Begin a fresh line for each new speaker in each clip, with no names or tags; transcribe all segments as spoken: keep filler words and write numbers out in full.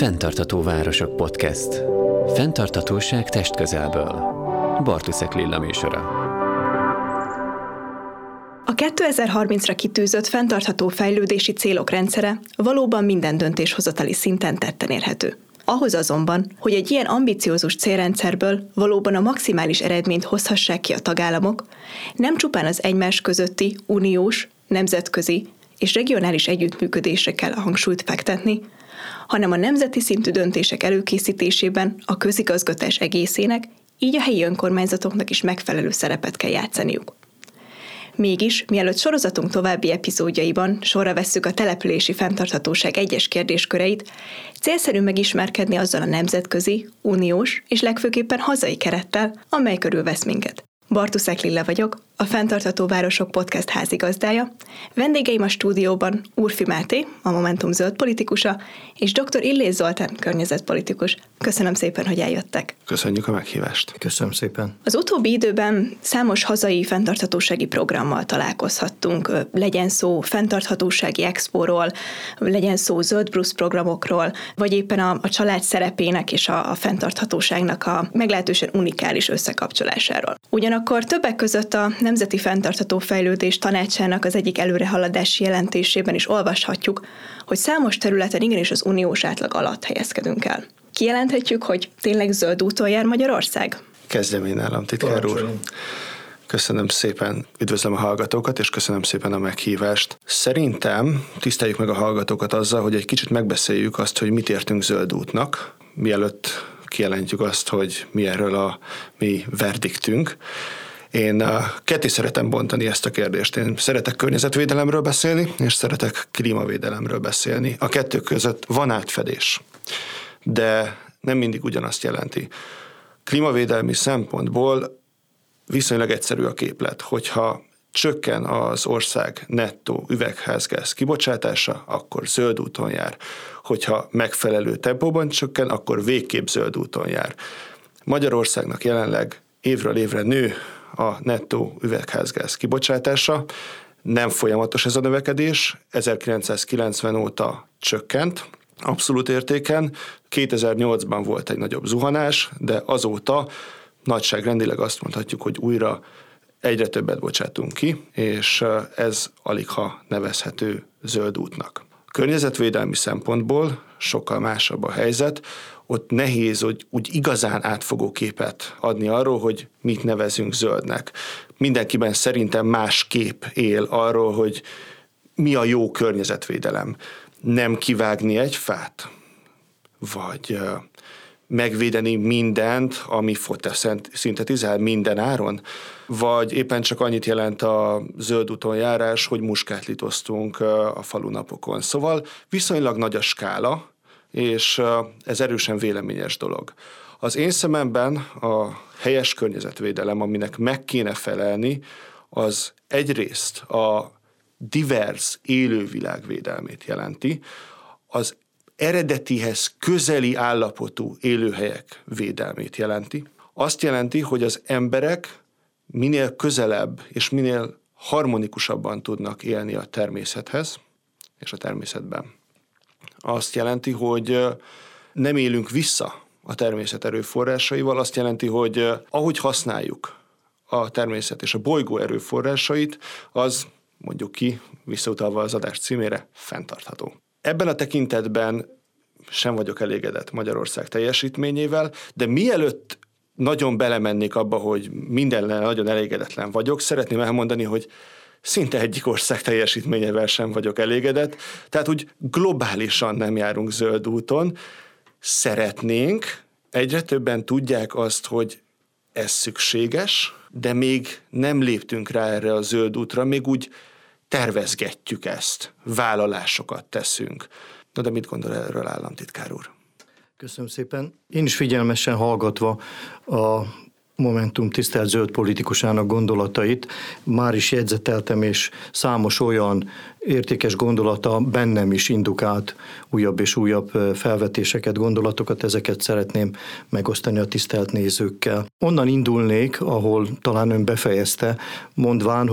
Fenntartható Városok Podcast. Fenntarthatóság testközelből. Bartuszek Lilla műsora.
A kétezer-harmincra kitűzött fenntartható fejlődési célok rendszere valóban minden döntéshozatali szinten tetten érhető. Ahhoz azonban, hogy egy ilyen ambiciózus célrendszerből valóban a maximális eredményt hozhassák ki a tagállamok, nem csupán az egymás közötti uniós, nemzetközi és regionális együttműködésre kell a hangsúlyt fektetni, hanem a nemzeti szintű döntések előkészítésében a közigazgatás egészének, így a helyi önkormányzatoknak is megfelelő szerepet kell játszaniuk. Mégis, mielőtt sorozatunk további epizódjaiban sorra vesszük a települési fenntarthatóság egyes kérdésköreit, célszerű megismerkedni azzal a nemzetközi, uniós és legfőképpen hazai kerettel, amely körülvesz minket. Bartuszek Lilla vagyok, a Fenntartható Városok Podcast házigazdája. Vendégeim a stúdióban Úrfi Máté, a Momentum zöld politikusa, és dr. Illés Zoltán, környezetpolitikus. Köszönöm szépen, hogy eljöttek.
Köszönjük a meghívást.
Köszönöm szépen.
Az utóbbi időben számos hazai fenntarthatósági programmal találkozhattunk. Legyen szó fenntarthatósági expóról, legyen szó zöld plusz programokról, vagy éppen a, a család szerepének és a, a fenntarthatóságnak a meglehetősen unikális összekapcsolásáról. Ugyanakkor többek között a Nemzeti Fenntartható Fejlődés Tanácsának az egyik előrehaladási jelentésében is olvashatjuk, hogy számos területen igenis az uniós átlag alatt helyezkedünk el. Kijelenthetjük, hogy tényleg zöld úton jár Magyarország?
Kezdjem én, államtitkár úr. Köszönöm szépen, üdvözlöm a hallgatókat, és köszönöm szépen a meghívást. Szerintem tiszteljük meg a hallgatókat azzal, hogy egy kicsit megbeszéljük azt, hogy mit értünk zöld útnak, mielőtt kijelentjük azt, hogy mi erről a mi verdiktünk. Én ketté szeretem bontani ezt a kérdést. Én szeretek környezetvédelemről beszélni, és szeretek klímavédelemről beszélni. A kettő között van átfedés, de nem mindig ugyanazt jelenti. Klímavédelmi szempontból viszonylag egyszerű a képlet, hogyha csökken az ország nettó üvegházgáz kibocsátása, akkor zöld úton jár. Hogyha megfelelő tempóban csökken, akkor végképp zöld úton jár. Magyarországnak jelenleg évről évre nő a nettó üvegházgáz kibocsátása, nem folyamatos ez a növekedés, ezerkilencszázkilencven óta csökkent, abszolút értéken, kétezer-nyolcban volt egy nagyobb zuhanás, de azóta nagyságrendileg azt mondhatjuk, hogy újra egyre többet bocsátunk ki, és ez aligha nevezhető zöld útnak. Környezetvédelmi szempontból sokkal másabb a helyzet, ott nehéz, hogy úgy igazán átfogó képet adni arról, hogy mit nevezünk zöldnek. Mindenkiben szerintem más kép él arról, hogy mi a jó környezetvédelem. Nem kivágni egy fát? Vagy megvédeni mindent, ami fotoszintetizál minden áron? Vagy éppen csak annyit jelent a zöld úton járás, hogy muskátlit osztunk a falunapokon. Szóval viszonylag nagy a skála, és ez erősen véleményes dolog. Az én szememben a helyes környezetvédelem, aminek meg kéne felelni, az egyrészt a divers élővilág védelmét jelenti, az eredetihez közeli állapotú élőhelyek védelmét jelenti. Azt jelenti, hogy az emberek minél közelebb és minél harmonikusabban tudnak élni a természethez és a természetben. Azt jelenti, hogy nem élünk vissza a természet erőforrásaival, azt jelenti, hogy ahogy használjuk a természet és a bolygó erőforrásait, az mondjuk ki, visszautalva az adás címére, fenntartható. Ebben a tekintetben sem vagyok elégedett Magyarország teljesítményével, de mielőtt nagyon belemennék abba, hogy mindennel nagyon elégedetlen vagyok, szeretném elmondani, hogy szinte egyik ország teljesítményével sem vagyok elégedett, tehát úgy globálisan nem járunk zöld úton. Szeretnénk, egyre többen tudják azt, hogy ez szükséges, de még nem léptünk rá erre a zöld útra, még úgy tervezgetjük ezt, vállalásokat teszünk. Na de mit gondol erről, államtitkár úr?
Köszönöm szépen. Én is figyelmesen hallgatva a Momentum tisztelt zöld politikusának gondolatait, már is jegyzeteltem, és számos olyan értékes gondolata bennem is indukált újabb és újabb felvetéseket, gondolatokat, ezeket szeretném megosztani a tisztelt nézőkkel. Onnan indulnék, ahol talán ön befejezte, mondván, hogy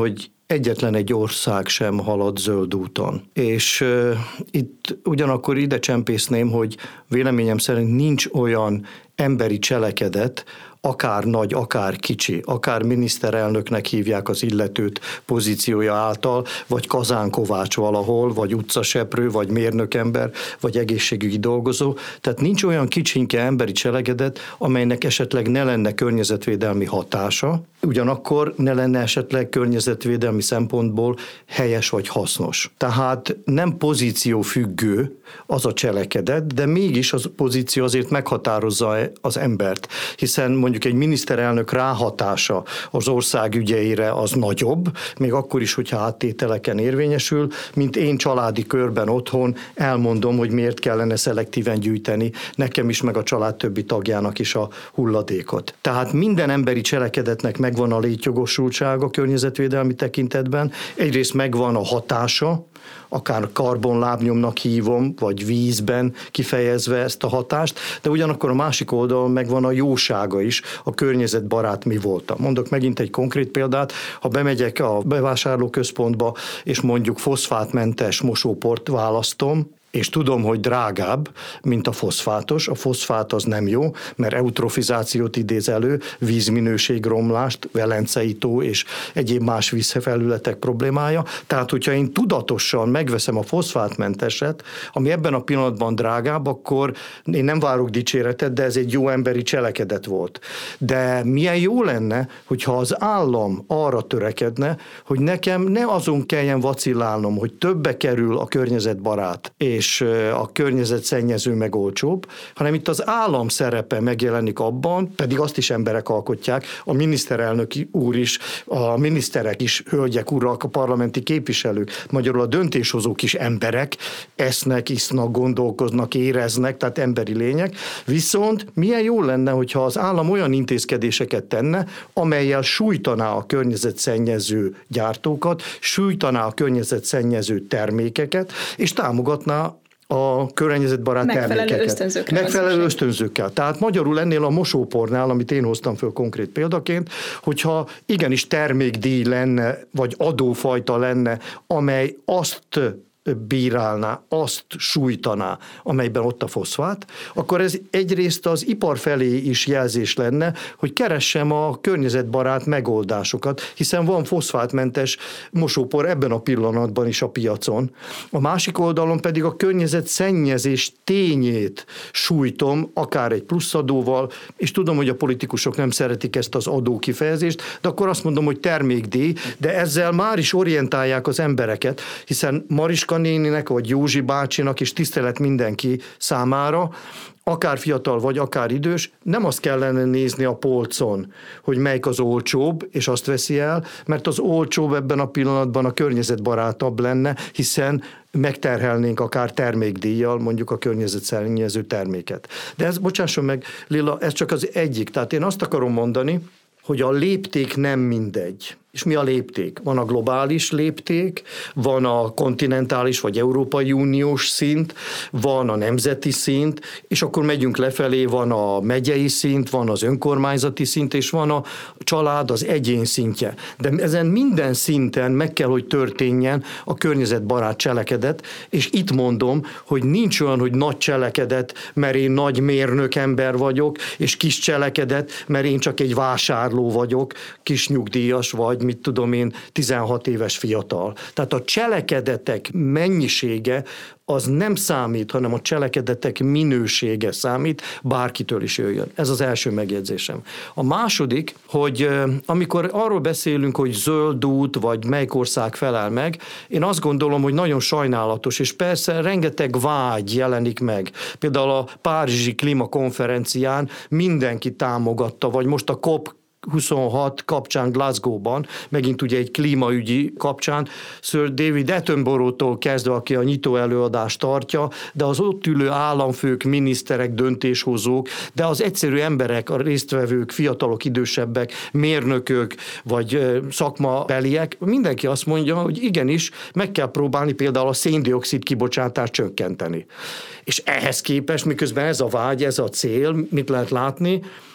egyetlen egy ország sem halad zöld úton. És uh, itt ugyanakkor ide csempészném, hogy véleményem szerint nincs olyan emberi cselekedet, akár nagy, akár kicsi, akár miniszterelnöknek hívják az illetőt pozíciója által, vagy kazánkovács valahol, vagy utcaseprő, vagy mérnökember, vagy egészségügyi dolgozó. Tehát nincs olyan kicsinke emberi cselekedet, amelynek esetleg ne lenne környezetvédelmi hatása, ugyanakkor ne lenne esetleg környezetvédelmi szempontból helyes vagy hasznos. Tehát nem pozíció függő az a cselekedet, de mégis az pozíció azért meghatározza az embert, hiszen mondjuk egy miniszterelnök ráhatása az ország ügyeire az nagyobb, még akkor is, hogyha áttételeken érvényesül, mint én családi körben otthon elmondom, hogy miért kellene szelektíven gyűjteni nekem is, meg a család többi tagjának is a hulladékot. Tehát minden emberi cselekedetnek megvan a létjogosultsága környezetvédelmi tekintetben, egyrészt megvan a hatása, akár karbonlábnyomnak hívom, vagy vízben kifejezve ezt a hatást, de ugyanakkor a másik oldalon megvan a jósága is, a környezetbarát mi voltam. Mondok megint egy konkrét példát, ha bemegyek a bevásárlóközpontba, és mondjuk foszfátmentes mosóport választom, és tudom, hogy drágább, mint a foszfátos. A foszfát az nem jó, mert eutrofizációt idéz elő, vízminőségromlást, Velencei tó és egyéb más vízfelületek problémája. Tehát, hogyha én tudatosan megveszem a foszfátmenteset, ami ebben a pillanatban drágább, akkor én nem várok dicséretet, de ez egy jó emberi cselekedet volt. De milyen jó lenne, hogyha az állam arra törekedne, hogy nekem ne azon kelljen vacillálnom, hogy többe kerül a környezetbarát és a környezetszennyező meg olcsóbb, hanem itt az állam szerepe megjelenik abban, pedig azt is emberek alkotják, a miniszterelnök úr is, a miniszterek is, hölgyek, urak, a parlamenti képviselők, magyarul a döntéshozók is emberek, esznek, isznak, gondolkoznak, éreznek, tehát emberi lények, viszont milyen jó lenne, hogyha az állam olyan intézkedéseket tenne, amellyel sújtaná a környezetszennyező gyártókat, sújtaná a környezetszennyező termékeket, és támogatná a környezetbarát
megfelelő
termékeket.
Ösztönzőkkel.
Megfelelő ösztönzőkkel. Tehát magyarul ennél a mosópornál, amit én hoztam föl konkrét példaként, hogyha igenis termékdíj lenne, vagy adófajta lenne, amely azt bírálná, azt sújtaná, amelyben ott a foszfát, akkor ez egyrészt az ipar felé is jelzés lenne, hogy keressem a környezetbarát megoldásokat, hiszen van foszfátmentes mosópor ebben a pillanatban is a piacon. A másik oldalon pedig a környezetszennyezés tényét sújtom, akár egy pluszadóval, és tudom, hogy a politikusok nem szeretik ezt az adó kifejezést, de akkor azt mondom, hogy termékdíj, de ezzel már is orientálják az embereket, hiszen Mariska néninek, vagy Józsi bácsinak is tisztelet mindenki számára, akár fiatal, vagy akár idős, nem azt kellene nézni a polcon, hogy melyik az olcsóbb, és azt veszi el, mert az olcsóbb ebben a pillanatban a környezetbarátabb lenne, hiszen megterhelnénk akár termékdíjjal mondjuk a környezetszennyező terméket. De ez, bocsásson meg, Lilla, ez csak az egyik. Tehát én azt akarom mondani, hogy a lépték nem mindegy. És mi a lépték? Van a globális lépték, van a kontinentális vagy Európai Uniós szint, van a nemzeti szint, és akkor megyünk lefelé, van a megyei szint, van az önkormányzati szint, és van a család, az egyén szintje. De ezen minden szinten meg kell, hogy történjen a környezetbarát cselekedet, és itt mondom, hogy nincs olyan, hogy nagy cselekedet, mert én nagy mérnök ember vagyok, és kis cselekedet, mert én csak egy vásárló vagyok, kis nyugdíjas vagy, mit tudom én, tizenhat éves fiatal. Tehát a cselekedetek mennyisége az nem számít, hanem a cselekedetek minősége számít, bárkitől is jöjjön. Ez az első megjegyzésem. A második, hogy amikor arról beszélünk, hogy zöld út, vagy melyik ország felel meg, én azt gondolom, hogy nagyon sajnálatos, és persze rengeteg vágy jelenik meg. Például a Párizsi Klímakonferencián mindenki támogatta, vagy most a COP huszonhat kapcsán Glasgow-ban, megint ugye egy klímaügyi kapcsán, Sir David Attenborough-tól kezdve, aki a nyitó előadást tartja, de az ott ülő államfők, miniszterek, döntéshozók, de az egyszerű emberek, a résztvevők, fiatalok, idősebbek, mérnökök, vagy szakmabeliek, mindenki azt mondja, hogy igenis, meg kell próbálni például a széndioxid kibocsátást csökkenteni. És ehhez képest, miközben ez a vágy, ez a cél, mit lehet látni,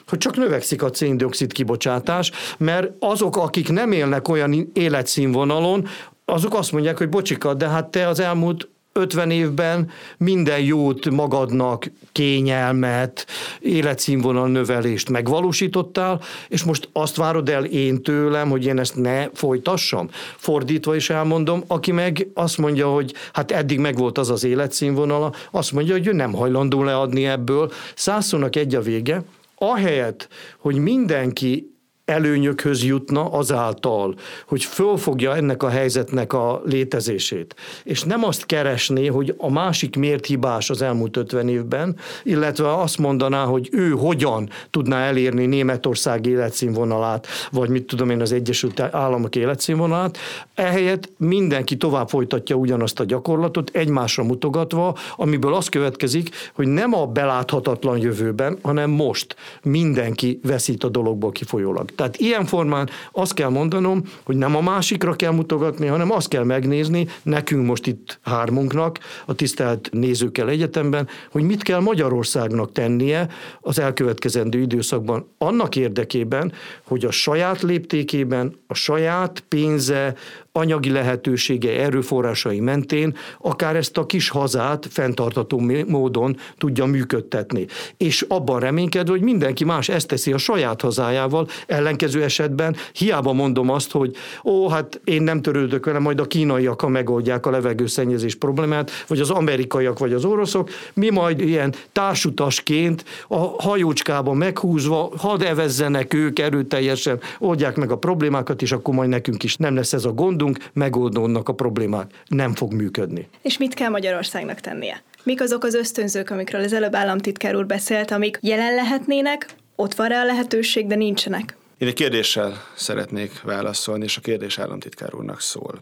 hogy csak növekszik a szén-dioxid kibocsátás, mert azok, akik nem élnek olyan életszínvonalon, azok azt mondják, hogy bocsika, de hát te az elmúlt ötven évben minden jót magadnak, kényelmet, életszínvonal növelést megvalósítottál, és most azt várod el én tőlem, hogy én ezt ne folytassam? Fordítva is elmondom, aki meg azt mondja, hogy hát eddig megvolt az az életszínvonala, azt mondja, hogy ő nem hajlandó leadni ebből. Százszónak egy a vége, ahelyett, hogy mindenki előnyökhöz jutna azáltal, hogy fölfogja ennek a helyzetnek a létezését. És nem azt keresné, hogy a másik miért hibás az elmúlt ötven évben, illetve azt mondaná, hogy ő hogyan tudná elérni Németország életszínvonalát, vagy mit tudom én, az Egyesült Államok életszínvonalát. Ehelyett mindenki tovább folytatja ugyanazt a gyakorlatot, egymásra mutogatva, amiből az következik, hogy nem a beláthatatlan jövőben, hanem most mindenki veszít a dologból kifolyólag. Tehát ilyen formán azt kell mondanom, hogy nem a másikra kell mutogatni, hanem azt kell megnézni, nekünk most itt hármunknak, a tisztelt nézőkkel egyetemben, hogy mit kell Magyarországnak tennie az elkövetkezendő időszakban annak érdekében, hogy a saját léptékében, a saját pénze, anyagi lehetősége, erőforrásai mentén akár ezt a kis hazát fenntartható módon tudja működtetni. És abban reménykedve, hogy mindenki más ezt teszi a saját hazájával, ellenkező esetben hiába mondom azt, hogy ó, hát én nem törődök vele, majd a kínaiak, ha megoldják a levegőszennyezés problémát, vagy az amerikaiak, vagy az oroszok, mi majd ilyen társutasként a hajócskában meghúzva, hadd evezzenek ők erőteljesen, oldják meg a problémákat, és akkor majd nekünk is nem lesz ez a gondunk, megoldódnak a problémák. Nem fog működni.
És mit kell Magyarországnak tennie? Mik azok az ösztönzők, amikről az előbb államtitkár úr beszélt, amik jelen lehetnének, ott van rá a lehetőség, de nincsenek?
Én egy kérdéssel szeretnék válaszolni, és a kérdés államtitkár úrnak szól.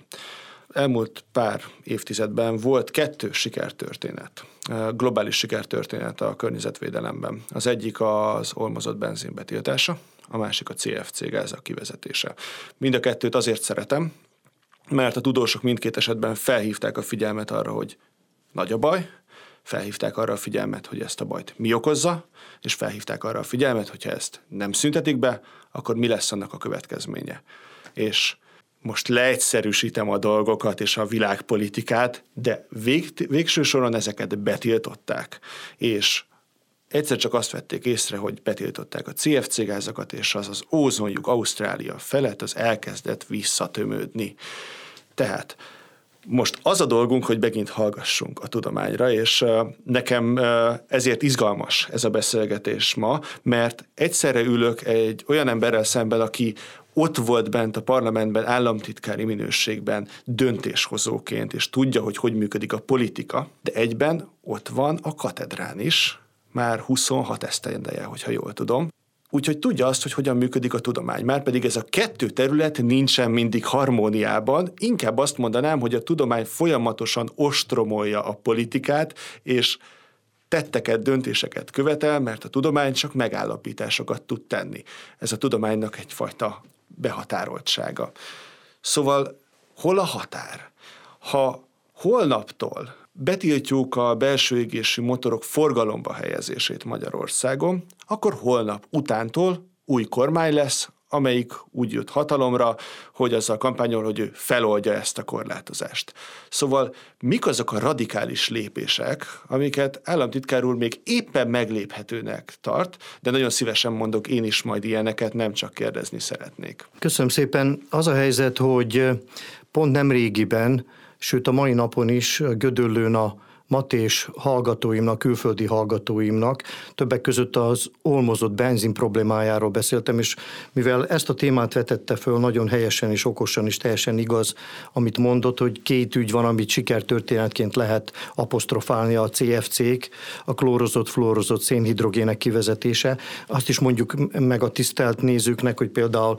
Elmúlt pár évtizedben volt kettő sikertörténet, globális sikertörténet a környezetvédelemben. Az egyik az olmozott benzin betiltása, a másik a cé ef cé gázak kivezetése. Mind a kettőt azért szeretem, mert a tudósok mindkét esetben felhívták a figyelmet arra, hogy nagy a baj, felhívták arra a figyelmet, hogy ezt a bajt mi okozza, és felhívták arra a figyelmet, hogyha ezt nem szüntetik be, akkor mi lesz annak a következménye. És most leegyszerűsítem a dolgokat és a világpolitikát, de vég, végső soron ezeket betiltották. És egyszer csak azt vették észre, hogy betiltották a cé ef cé gázakat, és az az ózonjuk Ausztrália felett az elkezdett visszatömődni. Tehát most az a dolgunk, hogy megint hallgassunk a tudományra, és nekem ezért izgalmas ez a beszélgetés ma, mert egyszerre ülök egy olyan emberrel szemben, aki ott volt bent a parlamentben államtitkári minőségben döntéshozóként, és tudja, hogy hogy működik a politika, de egyben ott van a katedrán is, már huszonhat esztendeje, hogyha jól tudom. Úgyhogy tudja azt, hogy hogyan működik a tudomány. Márpedig ez a kettő terület nincsen mindig harmóniában. Inkább azt mondanám, hogy a tudomány folyamatosan ostromolja a politikát, és tetteket, döntéseket követel, mert a tudomány csak megállapításokat tud tenni. Ez a tudománynak egyfajta behatároltsága. Szóval hol a határ? Ha holnaptól betiltjuk a belső égésű motorok forgalomba helyezését Magyarországon, akkor holnap utántól új kormány lesz, amelyik úgy jut hatalomra, hogy azzal kampányol, hogy ő feloldja ezt a korlátozást. Szóval mik azok a radikális lépések, amiket államtitkár úr még éppen megléphetőnek tart, de nagyon szívesen mondok én is majd ilyeneket, nem csak kérdezni szeretnék.
Köszönöm szépen. Az a helyzet, hogy pont nem régiben, sőt a mai napon is Gödöllőn a matés hallgatóimnak, külföldi hallgatóimnak, többek között az olmozott benzin problémájáról beszéltem, és mivel ezt a témát vetette föl nagyon helyesen és okosan is teljesen igaz, amit mondott, hogy két ügy van, amit sikertörténetként lehet apostrofálni, a cé ef cék, a klórozott, fluorozott szénhidrogének kivezetése. Azt is mondjuk meg a tisztelt nézőknek, hogy például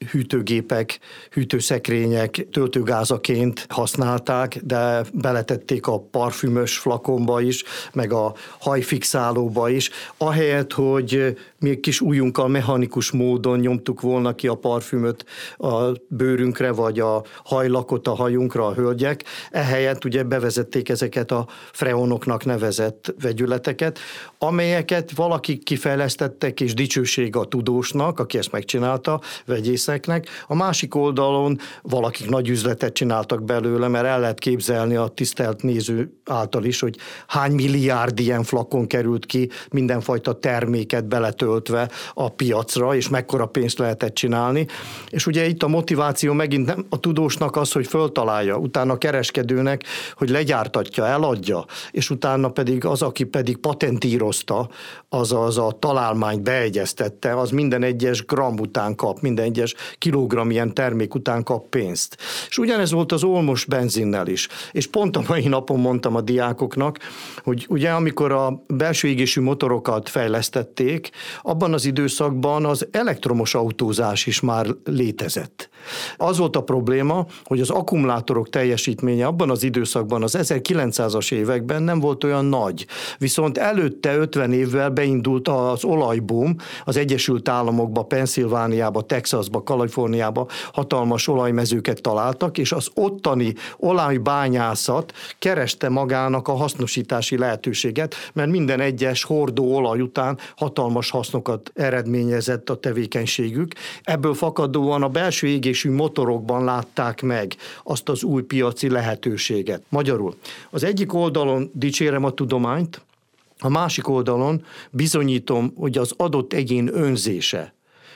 hűtőgépek, hűtőszekrények töltőgázaként használták, de beletették a parfümös flakonba is, meg a hajfixálóba is, ahelyett, hogy még kis ujjunkkal mechanikus módon nyomtuk volna ki a parfümöt a bőrünkre, vagy a hajlakot a hajunkra a hölgyek, ehelyett ugye bevezették ezeket a freonoknak nevezett vegyületeket, amelyeket valakik kifejlesztettek, és dicsőség a tudósnak, aki ezt megcsinálta, vegyészeknek. A másik oldalon valakik nagy üzletet csináltak belőle, mert el lehet képzelni a tisztelt néző által is, hogy hány milliárd ilyen flakon került ki, mindenfajta terméket beletöltve a piacra, és mekkora pénzt lehetett csinálni. És ugye itt a motiváció megint nem a tudósnak az, hogy föltalálja, utána a kereskedőnek, hogy legyártatja, eladja, és utána pedig az, aki pedig patentírozta, azaz a találmányt beegyeztette, az minden egyes gram után kap, minden egyes kilogramm ilyen termék után kap pénzt. És ugyanez volt az olmos benzinnel is. És pont a mai napon mondtam a diákoknak, hogy ugye amikor a belső égésű motorokat fejlesztették, abban az időszakban az elektromos autózás is már létezett. Az volt a probléma, hogy az akkumulátorok teljesítménye abban az időszakban, az ezerkilencszázas években nem volt olyan nagy. Viszont előtte ötven évvel beindult az olajboom, az Egyesült Államokba, Pennsylvániába, Texasba, Kaliforniába hatalmas olajmezőket találtak, és az ottani olajbányászat kereste magának a hasznosítási lehetőséget, mert minden egyes hordó olaj után hatalmas hasznokat eredményezett a tevékenységük. Ebből fakadóan a belső égésű motorokban látták meg azt az új piaci lehetőséget. Magyarul, az egyik oldalon dicsérem a tudományt, a másik oldalon bizonyítom, hogy az adott egyén önzése,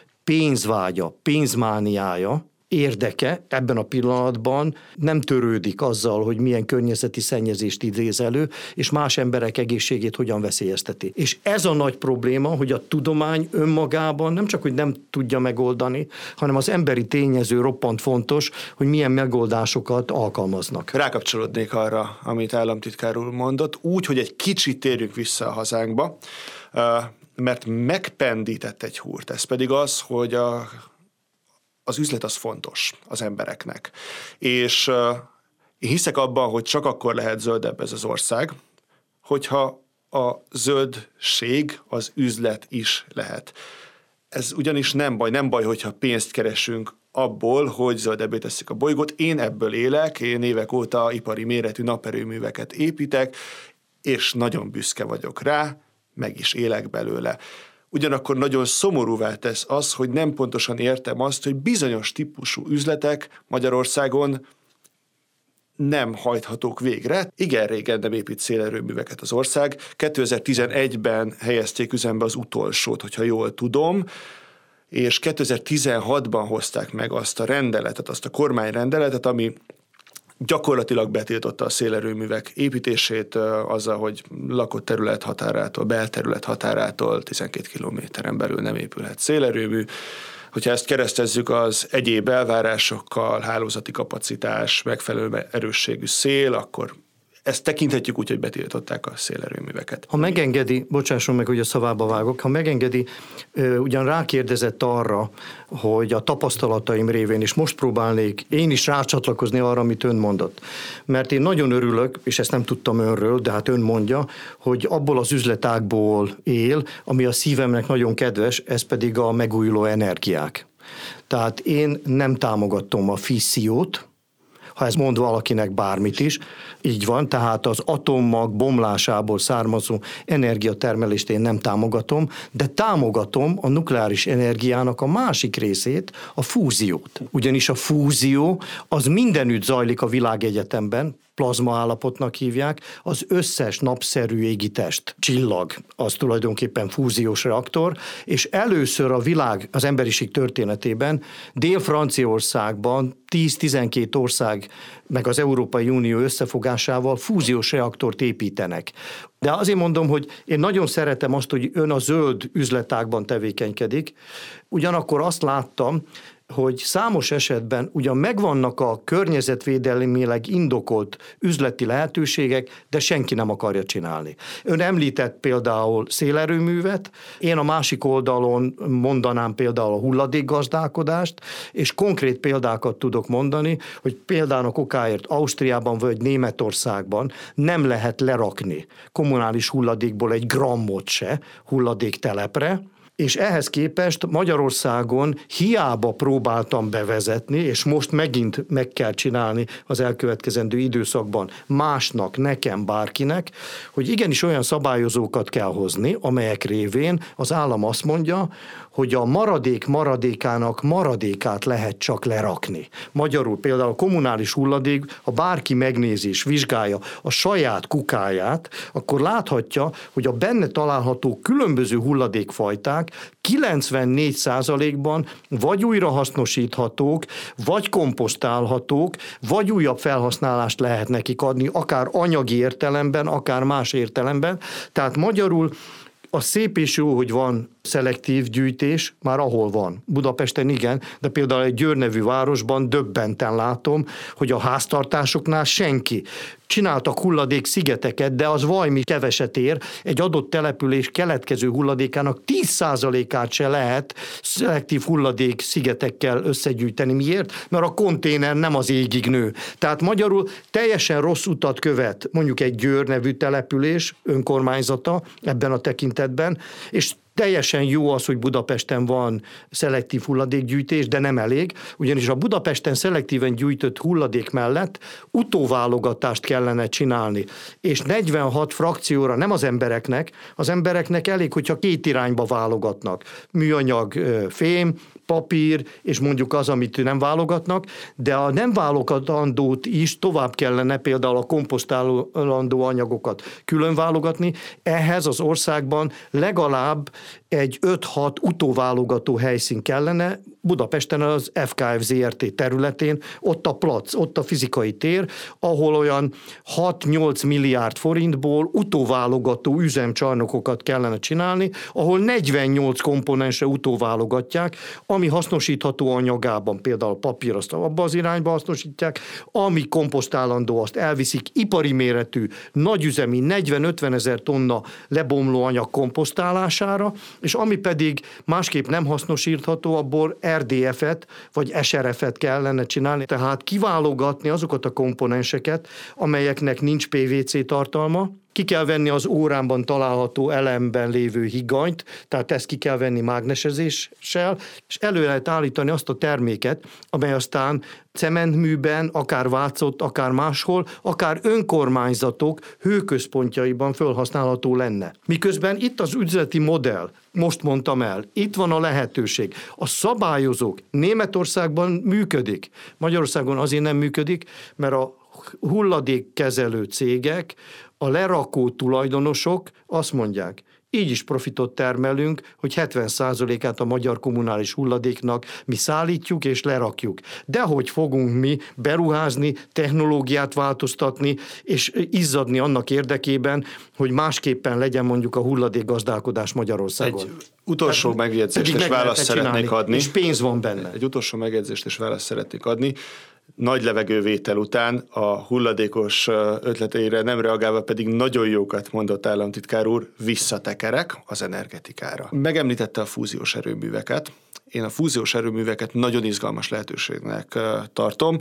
pénzvágya, pénzmániája, érdeke ebben a pillanatban nem törődik azzal, hogy milyen környezeti szennyezést idéz elő, és más emberek egészségét hogyan veszélyezteti. És ez a nagy probléma, hogy a tudomány önmagában nem csak, hogy nem tudja megoldani, hanem az emberi tényező roppant fontos, hogy milyen megoldásokat alkalmaznak.
Rákapcsolódnék arra, amit államtitkár úr mondott, úgy, hogy egy kicsit térjünk vissza a hazánkba, mert megpendített egy húrt. Ez pedig az, hogy a az üzlet az fontos az embereknek. És uh, én hiszek abban, hogy csak akkor lehet zöldebb ez az ország, hogyha a zöldség az üzlet is lehet. Ez ugyanis nem baj, nem baj, hogyha pénzt keresünk abból, hogy zöldebbé tesszük a bolygót. Én ebből élek, én évek óta ipari méretű naperőműveket építek, és nagyon büszke vagyok rá, meg is élek belőle. Ugyanakkor nagyon szomorúvá tesz az, hogy nem pontosan értem azt, hogy bizonyos típusú üzletek Magyarországon nem hajthatók végre. Igen régen nem épít szélerőműveket az ország. kétezer-tizenegyben helyezték üzembe az utolsót, hogyha jól tudom, és kétezer-tizenhatban hozták meg azt a rendeletet, azt a kormányrendeletet, ami gyakorlatilag betiltotta a szélerőművek építését azzal, hogy lakott terület határától, belterület határától tizenkét kilométeren belül nem épülhet szélerőmű. Hogyha ezt keresztezzük az egyéb elvárásokkal, hálózati kapacitás, megfelelő erősségű szél, akkor ezt tekinthetjük úgy, hogy betiltották a szélerőműveket.
Ha megengedi, bocsásson meg, hogy a szavába vágok, ha megengedi, ugyan rákérdezett arra, hogy a tapasztalataim révén, és most próbálnék én is rácsatlakozni arra, amit ön mondott. Mert én nagyon örülök, és ezt nem tudtam önről, de hát ön mondja, hogy abból az üzletágból él, ami a szívemnek nagyon kedves, ez pedig a megújuló energiák. Tehát én nem támogatom a fissziót, ha ez mond valakinek bármit is, így van, tehát az atommag bomlásából származó energiatermelést én nem támogatom, de támogatom a nukleáris energiának a másik részét, a fúziót. Ugyanis a fúzió az mindenütt zajlik a világegyetemben, plazma állapotnak hívják, az összes napszerű égitest, csillag, az tulajdonképpen fúziós reaktor, és először a világ, az emberiség történetében Dél-Franciaországban tíz-tizenkét ország meg az Európai Unió összefogásával fúziós reaktort építenek. De azért mondom, hogy én nagyon szeretem azt, hogy ön a zöld üzletágban tevékenykedik, ugyanakkor azt láttam, hogy számos esetben ugyan megvannak a környezetvédelmileg indokolt üzleti lehetőségek, de senki nem akarja csinálni. Ön említett például szélerőművet, én a másik oldalon mondanám például a hulladékgazdálkodást, és konkrét példákat tudok mondani, hogy például okáért Ausztriában vagy Németországban nem lehet lerakni kommunális hulladékból egy grammot se hulladéktelepre, és ehhez képest Magyarországon hiába próbáltam bevezetni, és most megint meg kell csinálni az elkövetkezendő időszakban másnak, nekem, bárkinek, hogy igenis olyan szabályozókat kell hozni, amelyek révén az állam azt mondja, hogy a maradék maradékának maradékát lehet csak lerakni. Magyarul például a kommunális hulladék, ha bárki megnézi és vizsgálja a saját kukáját, akkor láthatja, hogy a benne található különböző hulladékfajták kilencvennégy százalékban vagy újrahasznosíthatók, vagy komposztálhatók, vagy újabb felhasználást lehet nekik adni, akár anyagi értelemben, akár más értelemben. Tehát magyarul az szép és jó, hogy van szelektív gyűjtés, már ahol van. Budapesten igen, de például egy Győr nevű városban döbbenten látom, hogy a háztartásoknál senki. Csináltak hulladék szigeteket, de az valami keveset ér. Egy adott település keletkező hulladékának tíz százalékát se lehet szelektív hulladék szigetekkel összegyűjteni. Miért? Mert a konténer nem az égig nő. Tehát magyarul teljesen rossz utat követ mondjuk egy Győr nevű település önkormányzata ebben a tekintetben, és teljesen jó az, hogy Budapesten van szelektív hulladékgyűjtés, de nem elég, ugyanis a Budapesten szelektíven gyűjtött hulladék mellett utóválogatást kellene csinálni. És negyvenhat frakcióra, nem az embereknek, az embereknek elég, hogyha két irányba válogatnak. Műanyag, fém, papír, és mondjuk az, amit nem válogatnak, de a nem válogatandót is tovább kellene például a komposztálandó anyagokat külön válogatni. Ehhez az országban legalább egy öt-hat utóválogató helyszín kellene, Budapesten az ef ká ef zé er té területén, ott a plac, ott a fizikai tér, ahol olyan hat-nyolc milliárd forintból utóválogató üzemcsarnokokat kellene csinálni, ahol negyvennyolc komponensre utóválogatják, ami hasznosítható anyagában, például papír, azt abba az irányba hasznosítják, ami komposztálandó, azt elviszik ipari méretű, nagyüzemi negyven-ötven ezer tonna lebomló anyag komposztálására, és ami pedig másképp nem hasznosítható, abból er dé ef-et vagy es er ef-et kellene csinálni, tehát kiválogatni azokat a komponenseket, amelyeknek nincs pé vé cé tartalma, ki kell venni az órámban található elemben lévő higganyt, tehát ezt ki kell venni mágnesezéssel, és elő lehet állítani azt a terméket, amely aztán cementműben, akár Vácott, akár máshol, akár önkormányzatok hőközpontjaiban felhasználható lenne. Miközben itt az üzleti modell, most mondtam el, itt van a lehetőség. A szabályozók Németországban működik. Magyarországon azért nem működik, mert a hulladékkezelő cégek, a lerakó tulajdonosok azt mondják, így is profitot termelünk, hogy hetven százalékát a magyar kommunális hulladéknak mi szállítjuk és lerakjuk. De hogy fogunk mi beruházni, technológiát változtatni, és izzadni annak érdekében, hogy másképpen legyen mondjuk a hulladékgazdálkodás Magyarországon.
Egy utolsó Tehát, megjegyzést és választ szeretnék adni.
És pénz van benne.
Egy utolsó megjegyzést és választ szeretnék adni. Nagy levegővétel után a hulladékos ötleteire nem reagálva pedig nagyon jókat mondott államtitkár úr, visszatekerek az energetikára. Megemlítette a fúziós erőműveket. Én a fúziós erőműveket nagyon izgalmas lehetőségnek tartom.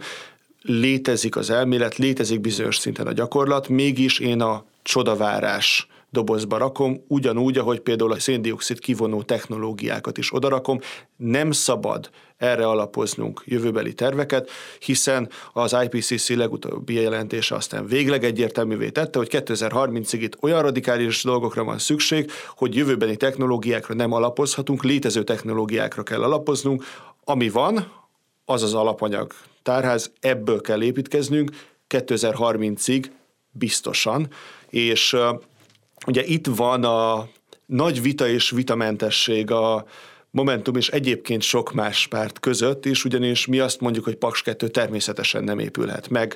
Létezik az elmélet, létezik bizonyos szinten a gyakorlat, mégis én a csodavárás dobozba rakom, ugyanúgy, ahogy például a széndioxid kivonó technológiákat is odarakom. Nem szabad erre alapoznunk jövőbeli terveket, hiszen az i pé cé cé legutóbbi jelentése aztán végleg egyértelművé tette, hogy kétezer-harmincig itt olyan radikális dolgokra van szükség, hogy jövőbeni technológiákra nem alapozhatunk, létező technológiákra kell alapoznunk. Ami van, az az alapanyag tárház, ebből kell építkeznünk kétezer-harmincig biztosan, és ugye itt van a nagy vita és vitamentesség a Momentum és egyébként sok más párt között is, ugyanis mi azt mondjuk, hogy Paks kettő természetesen nem épülhet meg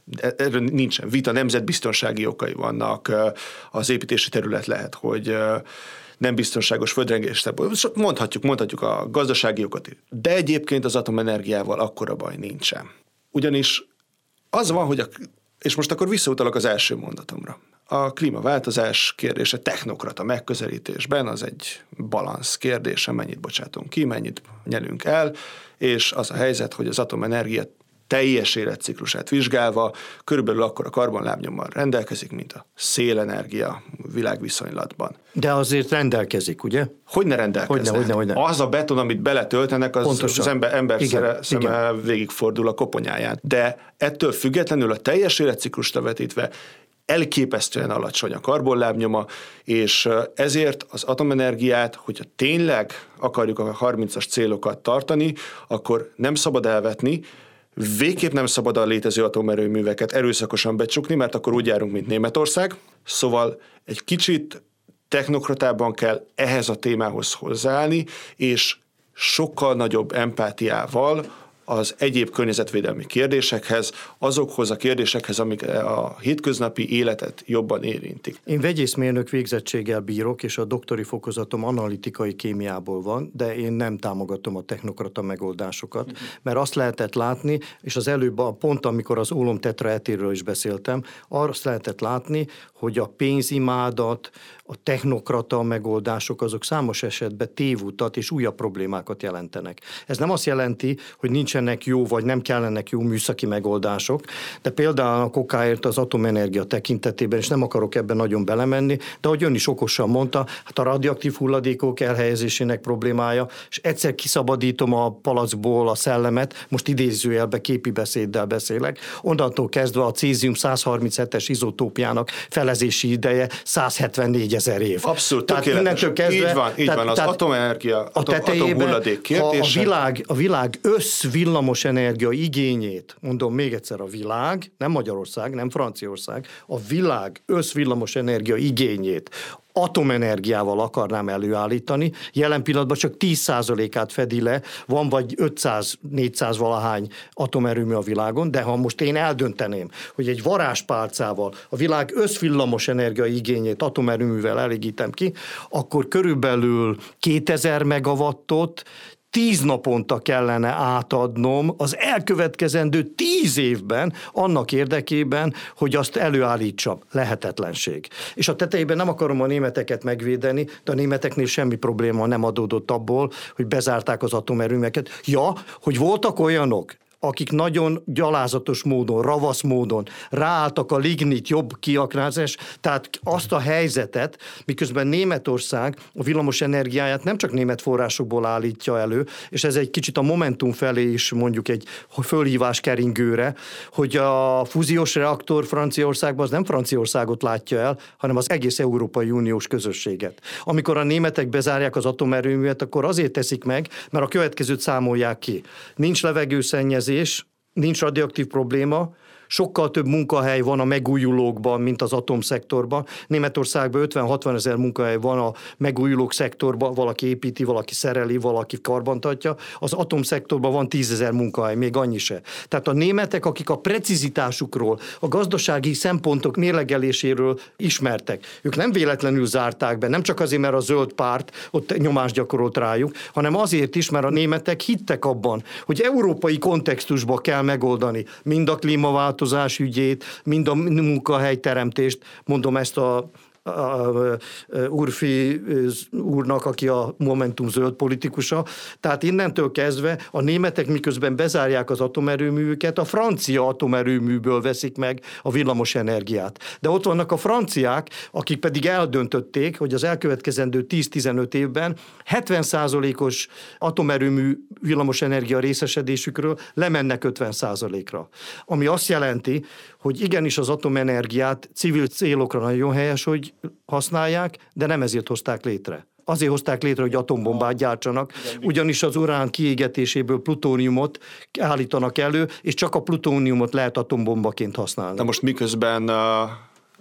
erről nincsen vita, nemzetbiztonsági okai vannak, az építési terület lehet, hogy nem biztonságos földrengés, mondhatjuk, mondhatjuk a gazdasági okat, de egyébként az atomenergiával akkora baj nincsen. Ugyanis az van, hogy a, és most akkor visszautalok az első mondatomra. A klímaváltozás kérdése technokrata megközelítésben az egy balansz kérdése, mennyit bocsátunk ki, mennyit nyelünk el, és az a helyzet, hogy az atomenergia teljes életciklusát vizsgálva körülbelül akkora karbonlábnyommal rendelkezik, mint a szélenergia világviszonylatban.
De azért rendelkezik, ugye?
Hogy ne rendelkezne?
Hogyne, hogyne, hogyne.
Az a beton, amit beletöltenek, az, az ember, ember igen, szeme igen. végigfordul a koponyáján. De ettől függetlenül a teljes életciklusra vetítve elképesztően alacsony a karbonlábnyoma, és ezért az atomenergiát, hogyha tényleg akarjuk a harmincas célokat tartani, akkor nem szabad elvetni, végképp nem szabad a létező atomerőműveket erőszakosan becsukni, mert akkor úgy járunk, mint Németország. Szóval egy kicsit technokratában kell ehhez a témához hozzáállni, és sokkal nagyobb empátiával az egyéb környezetvédelmi kérdésekhez, azokhoz a kérdésekhez, amik a hétköznapi életet jobban érintik.
Én vegyészmérnök végzettséggel bírok, és a doktori fokozatom analitikai kémiából van, de én nem támogatom a technokrata megoldásokat, mert azt lehetett látni, és az előbb a pont, amikor az ólom tetraetérről is beszéltem, azt lehetett látni, hogy a pénzimádat, a technokrata megoldások azok számos esetben tévutat és újabb problémákat jelentenek. Ez nem azt jelenti, hogy nincsenek jó, vagy nem kellenek jó műszaki megoldások, de például a kokáért az atomenergia tekintetében, és nem akarok ebben nagyon belemenni, de ahogy ön is okosan mondta, hát a radioaktív hulladékok elhelyezésének problémája, és egyszer kiszabadítom a palackból a szellemet, most idézőjelbe képi beszéddel beszélek, onnantól kezdve a cézium száz harminchetes izotópjának felezési ideje száz hetvennégy ezer év.
Abszolút, tökéletes. Kezdve, így van, így tehát, van. Az atomenergia,
a
atomhulladék kérdése.
A világ, a világ összvillamos energia igényét, mondom még egyszer, a világ, nem Magyarország, nem Franciaország, a világ összvillamos energia igényét atomenergiával akarnám előállítani, jelen pillanatban csak tíz százalékát fedi le, van vagy ötszáz-négyszáz valahány atomerőmű a világon, de ha most én eldönteném, hogy egy varázspálcával a világ összvillamos energia igényét atomerőművel elégítem ki, akkor körülbelül kétezer megawattot tíz naponta kellene átadnom az elkövetkezendő tíz évben annak érdekében, hogy azt előállítsam. Lehetetlenség. És a tetejében nem akarom a németeket megvédeni, de a németeknél semmi probléma nem adódott abból, hogy bezárták az atomerőműveket. Ja, hogy voltak olyanok, akik nagyon gyalázatos módon, ravasz módon ráálltak a lignit jobb kiaknázás, tehát azt a helyzetet, miközben Németország a villamos energiáját nem csak német forrásokból állítja elő, és ez egy kicsit a Momentum felé is mondjuk egy fölhívás keringőre, hogy a fúziós reaktor Franciaországban az nem Franciaországot látja el, hanem az egész Európai Uniós közösséget. Amikor a németek bezárják az atomerőművet, akkor azért teszik meg, mert a következőt számolják ki. Nincs levegőszennyezés, nincs radioaktív probléma, sokkal több munkahely van a megújulókban, mint az atomszektorban. Németországban ötven-hatvan ezer munkahely van a megújulók szektorban, valaki építi, valaki szereli, valaki karbantartja. Az atomszektorban van tízezer munkahely, még annyi se. Tehát a németek, akik a precizitásukról, a gazdasági szempontok mérlegeléséről ismertek, ők nem véletlenül zárták be, nem csak azért, mert a zöld párt ott nyomást gyakorolt rájuk, hanem azért is, mert a németek hittek abban, hogy európai kontextusban kell megoldani mind a klímaváltozást, ügyét, mind a munkahelyteremtést, mondom ezt a A, a, a Urfi úrnak, aki a Momentum zöld politikusa. Tehát innentől kezdve a németek miközben bezárják az atomerőművüket, a francia atomerőműből veszik meg a villamos energiát. De ott vannak a franciák, akik pedig eldöntötték, hogy az elkövetkezendő tíz-tizenöt évben hetven százalékos atomerőmű villamos energia részesedésükről lemennek ötven százalékra. Ami azt jelenti, hogy igenis az atomenergiát civil célokra nagyon helyes, hogy használják, de nem ezért hozták létre. Azért hozták létre, hogy atombombát gyártsanak, ugyanis az urán kiégetéséből plutóniumot állítanak elő, és csak a plutóniumot lehet atombombaként használni.
De most miközben a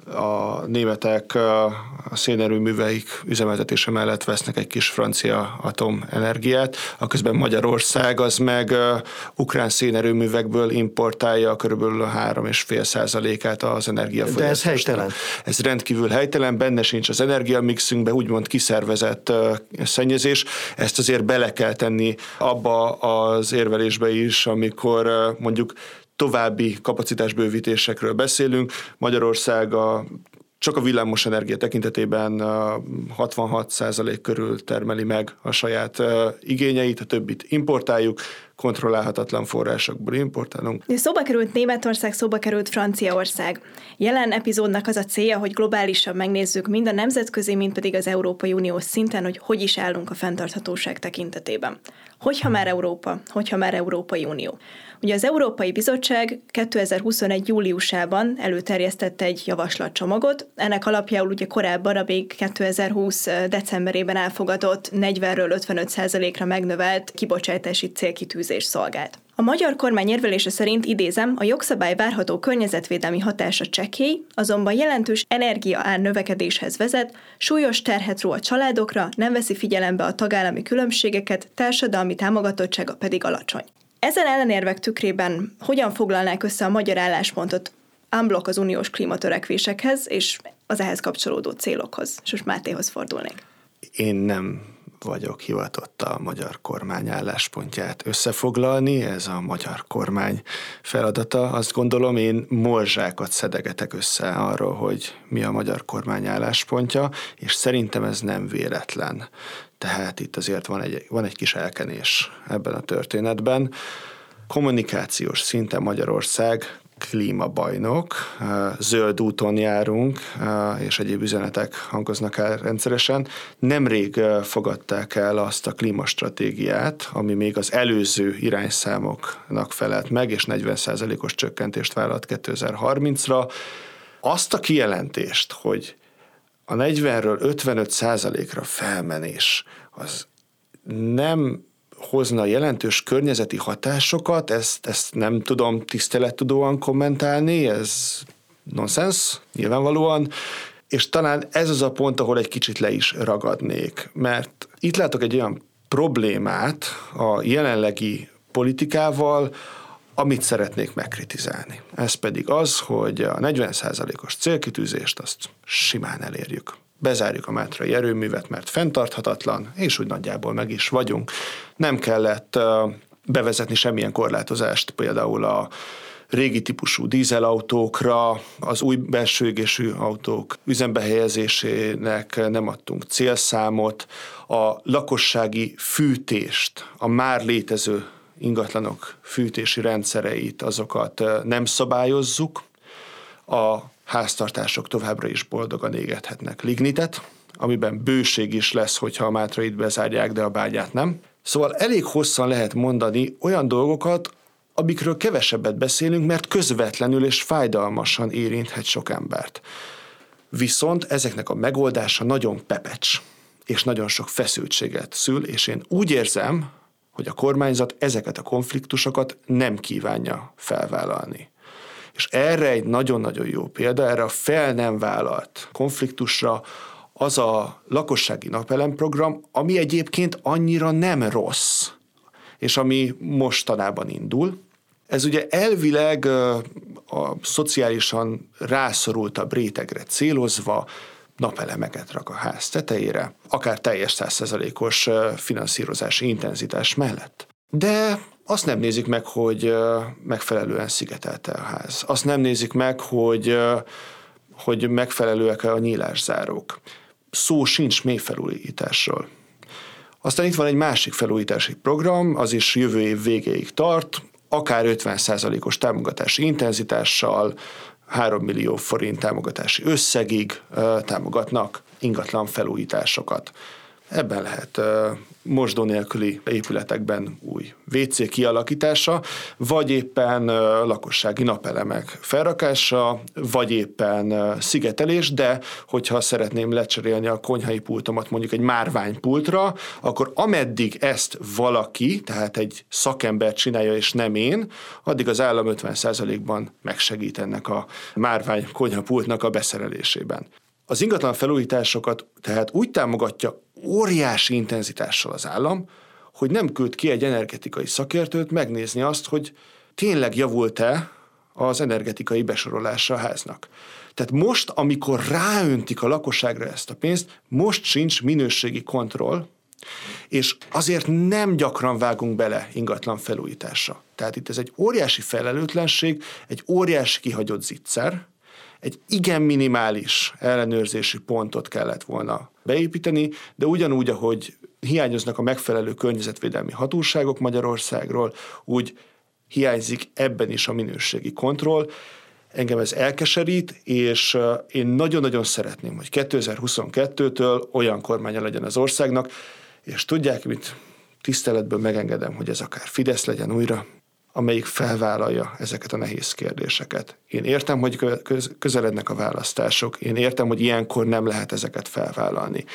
a németek a szénerőműveik üzemeltetése mellett vesznek egy kis francia atomenergiát, aközben Magyarország az meg ukrán szénerőművekből importálja körülbelül a három egész öt százalékát az energiafogyasztásnak.
De ez helytelen.
Ez rendkívül helytelen, benne sincs az energiamixünkbe, úgymond kiszervezett szennyezés. Ezt azért bele kell tenni abba az érvelésbe is, amikor mondjuk további kapacitásbővítésekről beszélünk. Magyarország a, csak a villamos energia tekintetében hatvanhat százalék körül termeli meg a saját igényeit, a többit importáljuk, kontrollálhatatlan forrásokból importálunk.
Szóba került Németország, szóba került Franciaország. Jelen epizódnak az a célja, hogy globálisan megnézzük mind a nemzetközi, mind pedig az Európai Uniós szinten, hogy hogy is állunk a fenntarthatóság tekintetében. Hogyha már Európa, hogyha már Európai Unió. Ugye az Európai Bizottság kétezer-huszonegy júliusában előterjesztette egy javaslatcsomagot, ennek alapjául ugye korábban a még kétezer-húsz decemberében elfogadott negyvenről ötvenöt százalékra megnövelt kibocsátási célkitűzés szolgált. A magyar kormány érvelése szerint, idézem, a jogszabály várható környezetvédelmi hatása csekély, azonban jelentős energiaár növekedéshez vezet, súlyos terhet ró a családokra, nem veszi figyelembe a tagállami különbségeket, társadalmi támogatottsága pedig alacsony. Ezen ellenérvek tükrében hogyan foglalnák össze a magyar álláspontot unblock az uniós klímatörekvésekhez és az ehhez kapcsolódó célokhoz? És most Mátéhoz fordulnék.
Én nem vagyok hivatott a magyar kormány álláspontját összefoglalni, ez a magyar kormány feladata. Azt gondolom, én morzsákat szedegetek össze arról, hogy mi a magyar kormány álláspontja, és szerintem ez nem véletlen. Tehát itt azért van egy, van egy kis elkenés ebben a történetben. Kommunikációs szinten Magyarország klímabajnok, zöld úton járunk, és egyéb üzenetek hangoznak el rendszeresen. Nemrég fogadták el azt a klímastratégiát, ami még az előző irányszámoknak felelt meg, és negyven százalékos csökkentést vállalt kétezer-harmincra. Azt a kijelentést, hogy a negyvenről ötvenöt százalékra felmenés az nem hozna jelentős környezeti hatásokat, ezt, ezt nem tudom tisztelettudóan kommentálni, ez nonsens, nyilvánvalóan, és talán ez az a pont, ahol egy kicsit le is ragadnék, mert itt látok egy olyan problémát a jelenlegi politikával, amit szeretnék megkritizálni. Ez pedig az, hogy a negyven százalékos célkitűzést azt simán elérjük. Bezárjuk a mátrai erőművet, mert fenntarthatatlan, és úgy nagyjából meg is vagyunk. Nem kellett bevezetni semmilyen korlátozást, például a régi típusú dízelautókra, az új belső égésű autók üzembe helyezésének nem adtunk célszámot, a lakossági fűtést, a már létező ingatlanok fűtési rendszereit, azokat nem szabályozzuk, a háztartások továbbra is boldogan égethetnek lignitet, amiben bőség is lesz, hogyha a Mátrait bezárják, de a bágyát nem. Szóval elég hosszan lehet mondani olyan dolgokat, amikről kevesebbet beszélünk, mert közvetlenül és fájdalmasan érinthet sok embert. Viszont ezeknek a megoldása nagyon pepecs, és nagyon sok feszültséget szül, és én úgy érzem, hogy a kormányzat ezeket a konfliktusokat nem kívánja felvállalni. És erre egy nagyon-nagyon jó példa, erre a fel nem vállalt konfliktusra az a lakossági napelemprogram, ami egyébként annyira nem rossz, és ami mostanában indul. Ez ugye elvileg a szociálisan rászorultabb rétegre célozva napelemeket rak a ház tetejére, akár teljes száz százalékos finanszírozási intenzitás mellett. De azt nem nézik meg, hogy megfelelően szigetelte a ház. Azt nem nézik meg, hogy, hogy megfelelőek a nyílászárók. Szó sincs mélyfelújításról. Aztán itt van egy másik felújítási program, az is jövő év végéig tart, akár ötven százalékos támogatási intenzitással, három millió forint támogatási összegig támogatnak ingatlan felújításokat. Ebben lehet mosdó nélküli épületekben új vé cé kialakítása, vagy éppen lakossági napelemek felrakása, vagy éppen szigetelés, de hogyha szeretném lecserélni a konyhai pultomat mondjuk egy márványpultra, akkor ameddig ezt valaki, tehát egy szakember csinálja, és nem én, addig az állam ötven százalékban megsegít ennek a márvány konyhapultnak a beszerelésében. Az ingatlan felújításokat tehát úgy támogatja óriási intenzitással az állam, hogy nem küld ki egy energetikai szakértőt megnézni azt, hogy tényleg javult-e az energetikai besorolása a háznak. Tehát most, amikor ráöntik a lakosságra ezt a pénzt, most sincs minőségi kontroll, és azért nem gyakran vágunk bele ingatlan felújításra. Tehát itt ez egy óriási felelőtlenség, egy óriási kihagyott zicser, egy igen minimális ellenőrzési pontot kellett volna beépíteni, de ugyanúgy, ahogy hiányoznak a megfelelő környezetvédelmi hatóságok Magyarországról, úgy hiányzik ebben is a minőségi kontroll. Engem ez elkeserít, és én nagyon-nagyon szeretném, hogy kétezer-huszonkettőtől olyan kormánya legyen az országnak, és tudják, mit tiszteletből megengedem, hogy ez akár Fidesz legyen újra, amelyik felvállalja ezeket a nehéz kérdéseket. Én értem, hogy közelednek a választások, én értem, hogy ilyenkor nem lehet ezeket felvállalni,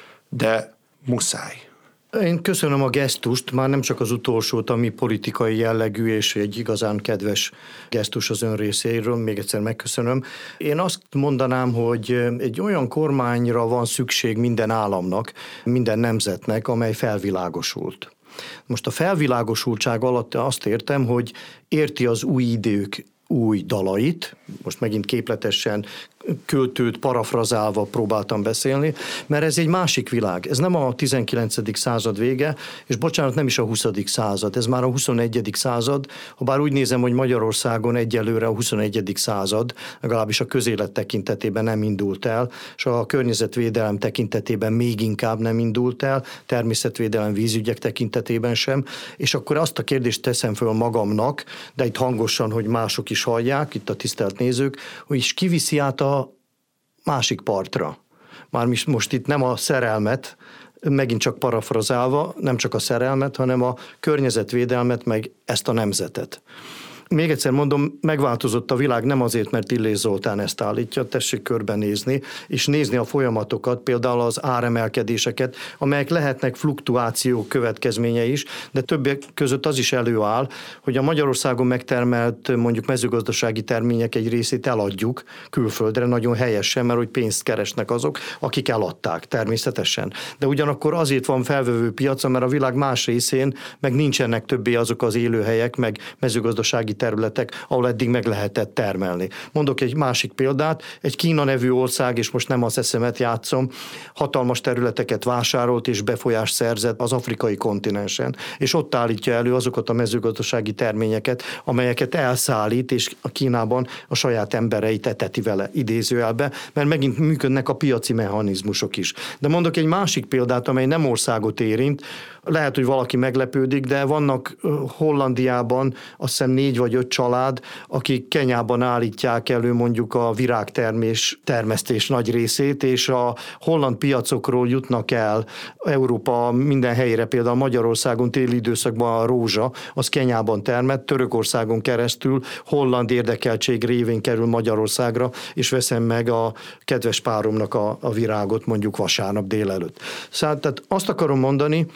de muszáj.
Én köszönöm a gesztust, már nem csak az utolsót, ami politikai jellegű, és egy igazán kedves gesztus az ön részéről, még egyszer megköszönöm. Én azt mondanám, hogy egy olyan kormányra van szükség minden államnak, minden nemzetnek, amely felvilágosult. Most a felvilágosultság alatt azt értem, hogy érti az új idők új dalait, most megint képletesen költőt parafrazálva próbáltam beszélni, mert ez egy másik világ. Ez nem a tizenkilencedik század vége, és bocsánat, nem is a huszadik század, ez már a huszonegyedik század, ha bár úgy nézem, hogy Magyarországon egyelőre a huszonegyedik század, legalábbis a közélet tekintetében nem indult el, és a környezetvédelem tekintetében még inkább nem indult el, természetvédelem, vízügyek tekintetében sem, és akkor azt a kérdést teszem föl magamnak, de itt hangosan, hogy mások is hallják, itt a tisztelt nézők, hogy is kiviszi át a másik partra. Már most itt nem a szerelmet, megint csak parafrazálva, nem csak a szerelmet, hanem a környezetvédelmet, meg ezt a nemzetet. Még egyszer mondom, megváltozott a világ nem azért, mert Illés Zoltán ezt állítja, tessék körbenézni, és nézni a folyamatokat, például az áremelkedéseket, amelyek lehetnek fluktuációk következménye is, de többek között az is előáll, hogy a Magyarországon megtermelt mondjuk mezőgazdasági termények egy részét eladjuk külföldre, nagyon helyesen, mert hogy pénzt keresnek azok, akik eladták természetesen. De ugyanakkor azért van felvevő piaca, mert a világ más részén meg nincsenek többé azok az élőhelyek, meg mezőgazdasági területek, ahol eddig meg lehetett termelni. Mondok egy másik példát, egy Kína nevű ország, és most nem az eszemet játszom, hatalmas területeket vásárolt és befolyást szerzett az afrikai kontinensen, és ott állítja elő azokat a mezőgazdasági terményeket, amelyeket elszállít, és a Kínában a saját embereit eteti vele, idézőjelbe, mert megint működnek a piaci mechanizmusok is. De mondok egy másik példát, amely nem országot érint, lehet, hogy valaki meglepődik, de vannak Hollandiában azt hiszem négy vagy öt család, akik Kenyában állítják elő mondjuk a virágtermés, termesztés nagy részét, és a holland piacokról jutnak el Európa minden helyére, például Magyarországon téli időszakban a rózsa, az Kenyában termett, Törökországon keresztül holland érdekeltség révén kerül Magyarországra, és veszem meg a kedves páromnak a, a virágot mondjuk vasárnap délelőtt. Szóval tehát azt akarom mondani,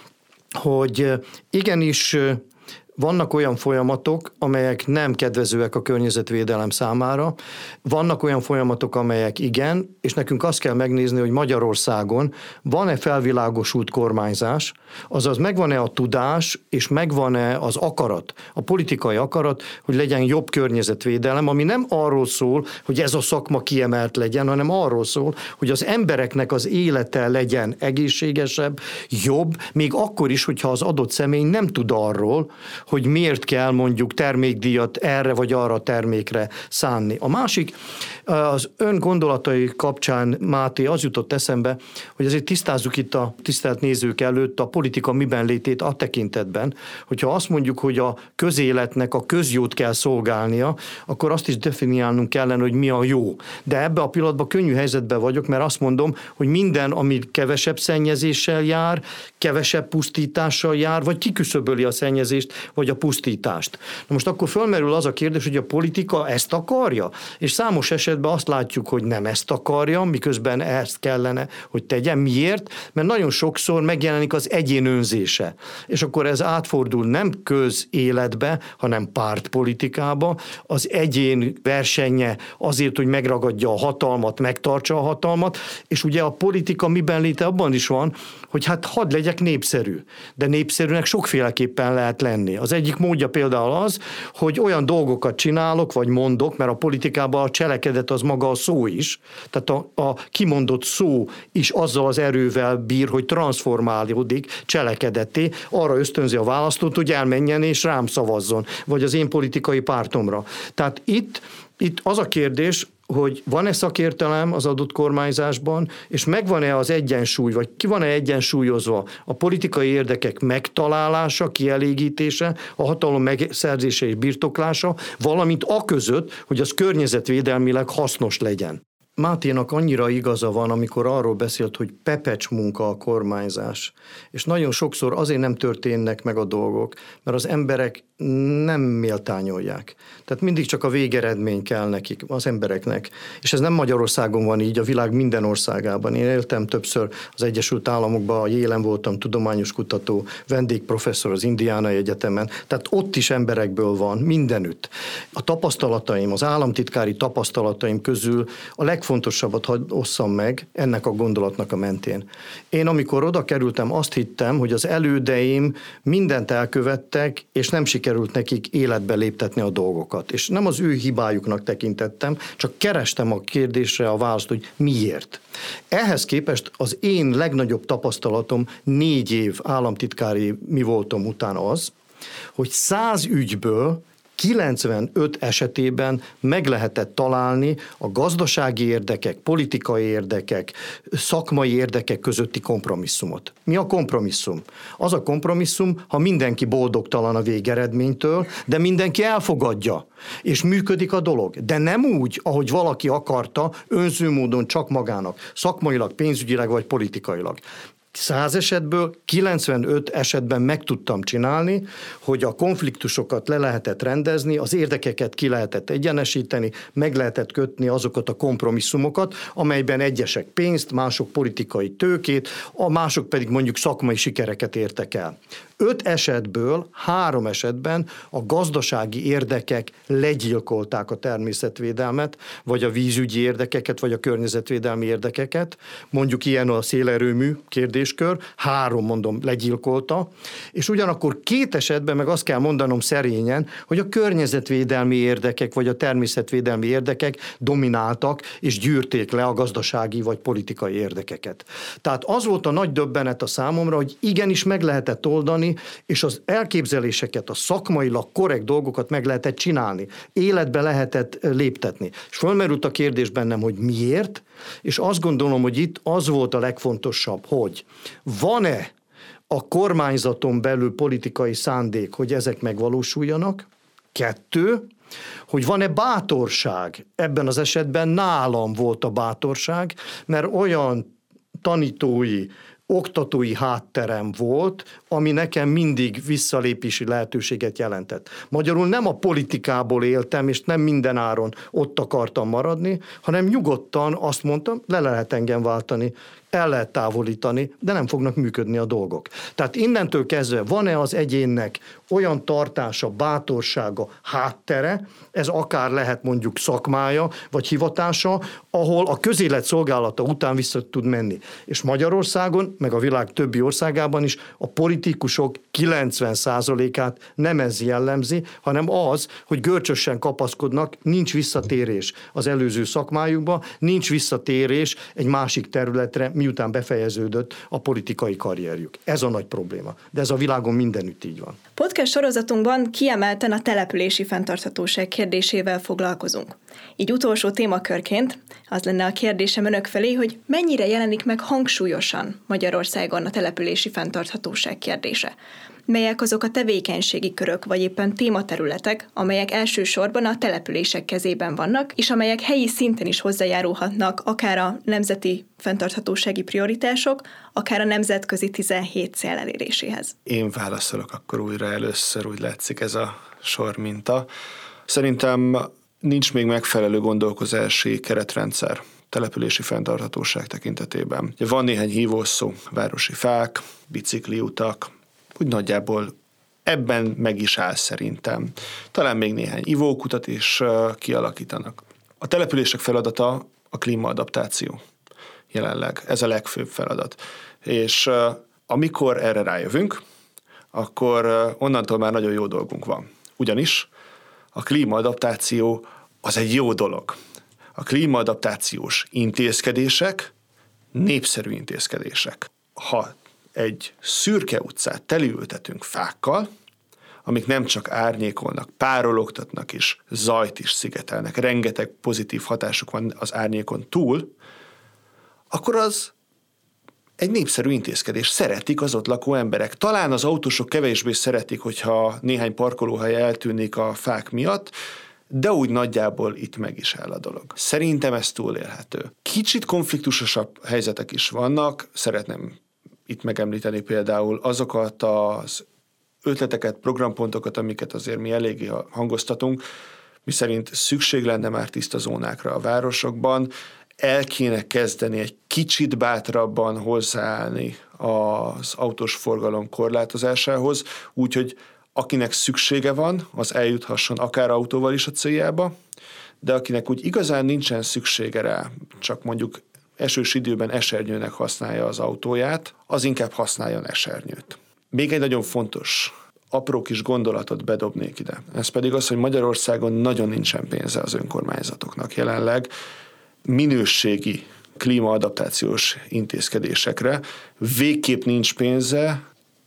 hogy igenis vannak olyan folyamatok, amelyek nem kedvezőek a környezetvédelem számára, vannak olyan folyamatok, amelyek igen, és nekünk azt kell megnézni, hogy Magyarországon van-e felvilágosult kormányzás, azaz megvan-e a tudás, és megvan-e az akarat, a politikai akarat, hogy legyen jobb környezetvédelem, ami nem arról szól, hogy ez a szakma kiemelt legyen, hanem arról szól, hogy az embereknek az élete legyen egészségesebb, jobb, még akkor is, hogyha az adott személy nem tud arról, hogy miért kell mondjuk termékdíjat erre vagy arra a termékre szánni. A másik, az ön gondolatai kapcsán, Máté, az jutott eszembe, hogy azért tisztázzuk itt a tisztelt nézők előtt a politika miben létét a tekintetben, hogyha azt mondjuk, hogy a közéletnek a közjót kell szolgálnia, akkor azt is definiálnunk kellene, hogy mi a jó. De ebbe a pillanatban könnyű helyzetben vagyok, mert azt mondom, hogy minden, ami kevesebb szennyezéssel jár, kevesebb pusztítással jár, vagy kiküszöböli a szennyezést, vagy a pusztítást. Na most akkor fölmerül az a kérdés, hogy a politika ezt akarja, és számos esetben azt látjuk, hogy nem ezt akarja, miközben ezt kellene, hogy tegyen. Miért? Mert nagyon sokszor megjelenik az egyén önzése. És akkor ez átfordul nem közéletbe, hanem pártpolitikába, az egyén versenye azért, hogy megragadja a hatalmat, megtartsa a hatalmat, és ugye a politika miben léte abban is van, hogy hát hadd legyek népszerű. De népszerűnek sokféleképpen lehet lenni. Az egyik módja például az, hogy olyan dolgokat csinálok, vagy mondok, mert a politikában a cselekedet az maga a szó is, tehát a, a kimondott szó is azzal az erővel bír, hogy transformálódik cselekedetté, arra ösztönzi a választót, hogy elmenjen és rám szavazzon, vagy az én politikai pártomra. Tehát itt, itt az a kérdés, hogy van-e szakértelem az adott kormányzásban, és megvan-e az egyensúly, vagy ki van-e egyensúlyozva a politikai érdekek megtalálása, kielégítése, a hatalom megszerzése és birtoklása, valamint aközött, hogy az környezetvédelmileg hasznos legyen. Máténak annyira igaza van, amikor arról beszélt, hogy pepecs munka a kormányzás. És nagyon sokszor azért nem történnek meg a dolgok, mert az emberek nem méltányolják. Tehát mindig csak a végeredmény kell nekik, az embereknek. És ez nem Magyarországon van így, a világ minden országában. Én éltem többször az Egyesült Államokban, a Yale-en voltam tudományos kutató, vendégprofesszor az Indiánai Egyetemen, tehát ott is emberekből van, mindenütt. A tapasztalataim, az államtitkári tapasztalataim közül a legfontosabbat hadd osszam meg ennek a gondolatnak a mentén. Én amikor oda kerültem, azt hittem, hogy az elődeim mindent elkövettek, és nem sikerült nekik életbe léptetni a dolgokat. És nem az ő hibájuknak tekintettem, csak kerestem a kérdésre a választ, hogy miért. Ehhez képest az én legnagyobb tapasztalatom négy év államtitkári mi voltam után az, hogy száz ügyből kilencvenöt esetében meg lehetett találni a gazdasági érdekek, politikai érdekek, szakmai érdekek közötti kompromisszumot. Mi a kompromisszum? Az a kompromisszum, ha mindenki boldogtalan a végeredménytől, de mindenki elfogadja, és működik a dolog. De nem úgy, ahogy valaki akarta, önző módon csak magának, szakmailag, pénzügyileg vagy politikailag. Száz esetből kilencvenöt esetben meg tudtam csinálni, hogy a konfliktusokat le lehetett rendezni, az érdekeket ki lehetett egyenesíteni, meg lehetett kötni azokat a kompromisszumokat, amelyben egyesek pénzt, mások politikai tőkét, a mások pedig mondjuk szakmai sikereket értek el. Öt esetből, három esetben a gazdasági érdekek legyilkolták a természetvédelmet, vagy a vízügyi érdekeket, vagy a környezetvédelmi érdekeket. Mondjuk ilyen a szélerőmű kérdéskör, három mondom legyilkolta, és ugyanakkor két esetben meg azt kell mondanom szerényen, hogy a környezetvédelmi érdekek, vagy a természetvédelmi érdekek domináltak, és gyűrték le a gazdasági vagy politikai érdekeket. Tehát az volt a nagy döbbenet a számomra, hogy igenis meg lehetett oldani, és az elképzeléseket, a szakmailag korrekt dolgokat meg lehetett csinálni. Életbe lehetett léptetni. És fölmerült a kérdés bennem, hogy miért, és azt gondolom, hogy itt az volt a legfontosabb, hogy van-e a kormányzaton belül politikai szándék, hogy ezek megvalósuljanak? Kettő, hogy van-e bátorság? Ebben az esetben nálam volt a bátorság, mert olyan tanítói, oktatói hátterem volt, ami nekem mindig visszalépési lehetőséget jelentett. Magyarul nem a politikából éltem, és nem minden áron ott akartam maradni, hanem nyugodtan azt mondtam, le lehet engem váltani, el lehet távolítani, de nem fognak működni a dolgok. Tehát innentől kezdve van-e az egyénnek olyan tartása, bátorsága, háttere, ez akár lehet mondjuk szakmája, vagy hivatása, ahol a közélet szolgálata után vissza tud menni. És Magyarországon, meg a világ többi országában is a politikusok kilencven százalékát nem ez jellemzi, hanem az, hogy görcsösen kapaszkodnak, nincs visszatérés az előző szakmájukba, nincs visszatérés egy másik területre, miután befejeződött a politikai karrierjük. Ez a nagy probléma. De ez a világon mindenütt így van.
Podcast sorozatunkban kiemelten a települési fenntarthatóság kérdésével foglalkozunk. Így utolsó témakörként az lenne a kérdésem önök felé, hogy mennyire jelenik meg hangsúlyosan Magyarországon a települési fenntarthatóság kérdése. Melyek azok a tevékenységi körök, vagy éppen tématerületek, amelyek elsősorban a települések kezében vannak, és amelyek helyi szinten is hozzájárulhatnak akár a nemzeti fenntarthatósági prioritások, akár a nemzetközi tizenhét cél eléréséhez.
Én válaszolok akkor újra először, úgy látszik ez a sorminta. Szerintem nincs még megfelelő gondolkozási keretrendszer települési fenntarthatóság tekintetében. Van néhány hívószó, városi fák, bicikliutak, úgy nagyjából ebben meg is áll szerintem. Talán még néhány ivókutat is kialakítanak. A települések feladata a klímaadaptáció jelenleg. Ez a legfőbb feladat. És amikor erre rájövünk, akkor onnantól már nagyon jó dolgunk van. Ugyanis a klímaadaptáció az egy jó dolog. A klímaadaptációs intézkedések népszerű intézkedések. Ha egy szürke utcát teliültetünk fákkal, amik nem csak árnyékolnak, párologtatnak és zajt is szigetelnek, rengeteg pozitív hatásuk van az árnyékon túl, akkor az egy népszerű intézkedés. Szeretik az ott lakó emberek. Talán az autósok kevésbé szeretik, hogyha néhány parkolóhely eltűnik a fák miatt, de úgy nagyjából itt meg is áll a dolog. Szerintem ez túlélhető. Kicsit konfliktusosabb helyzetek is vannak, szeretném itt megemlíteni például azokat az ötleteket, programpontokat, amiket azért mi eléggé hangoztatunk, miszerint szükség lenne már tiszta zónákra a városokban, el kéne kezdeni egy kicsit bátrabban hozzáállni az autós forgalom korlátozásához, úgyhogy akinek szüksége van, az eljuthasson akár autóval is a céljába, de akinek úgy igazán nincsen szüksége rá, csak mondjuk esős időben esernyőnek használja az autóját, az inkább használjon esernyőt. Még egy nagyon fontos, apró kis gondolatot bedobnék ide. Ez pedig az, hogy Magyarországon nagyon nincsen pénze az önkormányzatoknak jelenleg minőségi klímaadaptációs intézkedésekre. Végképp nincs pénze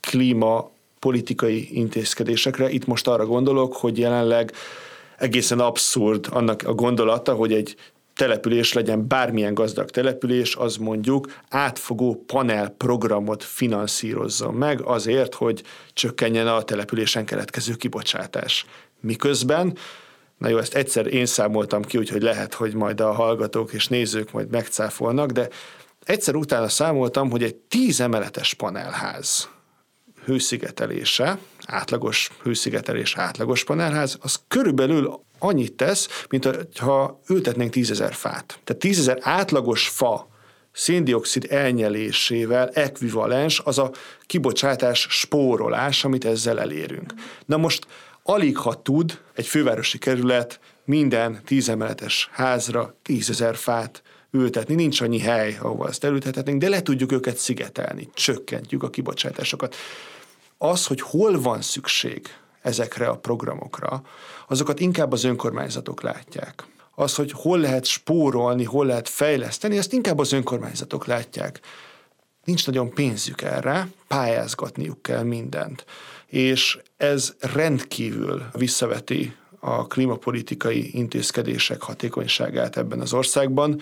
klímapolitikai intézkedésekre. Itt most arra gondolok, hogy jelenleg egészen abszurd annak a gondolata, hogy egy település legyen bármilyen gazdag település, az mondjuk átfogó panelprogramot finanszírozzon meg azért, hogy csökkenjen a településen keletkező kibocsátás. Miközben, na jó, ezt egyszer én számoltam ki, úgyhogy lehet, hogy majd a hallgatók és nézők majd megcáfolnak, de egyszer utána számoltam, hogy egy tíz emeletes panelház hőszigetelése, átlagos hőszigetelés, átlagos panelház, az körülbelül annyit tesz, mint ha ültetnénk tízezer fát. Tehát tízezer átlagos fa szén-dioxid elnyelésével ekvivalens az a kibocsátás spórolás, amit ezzel elérünk. Na most alig ha tud egy fővárosi kerület minden tízemeletes házra tízezer fát ültetni, nincs annyi hely, ahova ezt elültethetnénk, de le tudjuk őket szigetelni, csökkentjük a kibocsátásokat. Az, hogy hol van szükség ezekre a programokra, azokat inkább az önkormányzatok látják. Az, hogy hol lehet spórolni, hol lehet fejleszteni, ezt inkább az önkormányzatok látják. Nincs nagyon pénzük erre, pályázgatniuk kell mindent. És ez rendkívül visszaveti a klímapolitikai intézkedések hatékonyságát ebben az országban.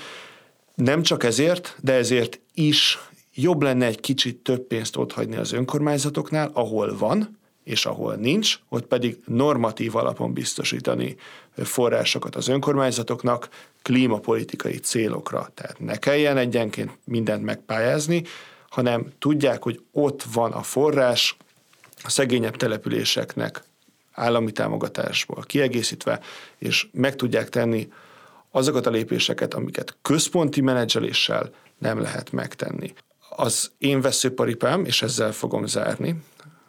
Nem csak ezért, de ezért is jobb lenne egy kicsit több pénzt otthagyni az önkormányzatoknál, ahol van, és ahol nincs, ott pedig normatív alapon biztosítani forrásokat az önkormányzatoknak klímapolitikai célokra. Tehát ne kelljen egyenként mindent megpályázni, hanem tudják, hogy ott van a forrás a szegényebb településeknek állami támogatásból kiegészítve, és meg tudják tenni azokat a lépéseket, amiket központi menedzseléssel nem lehet megtenni. Az én veszőparipám, és ezzel fogom zárni,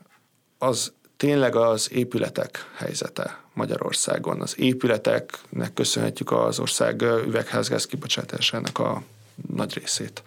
az tényleg az épületek helyzete Magyarországon. Az épületeknek köszönhetjük az ország üvegházgáz kibocsátásának a nagy részét.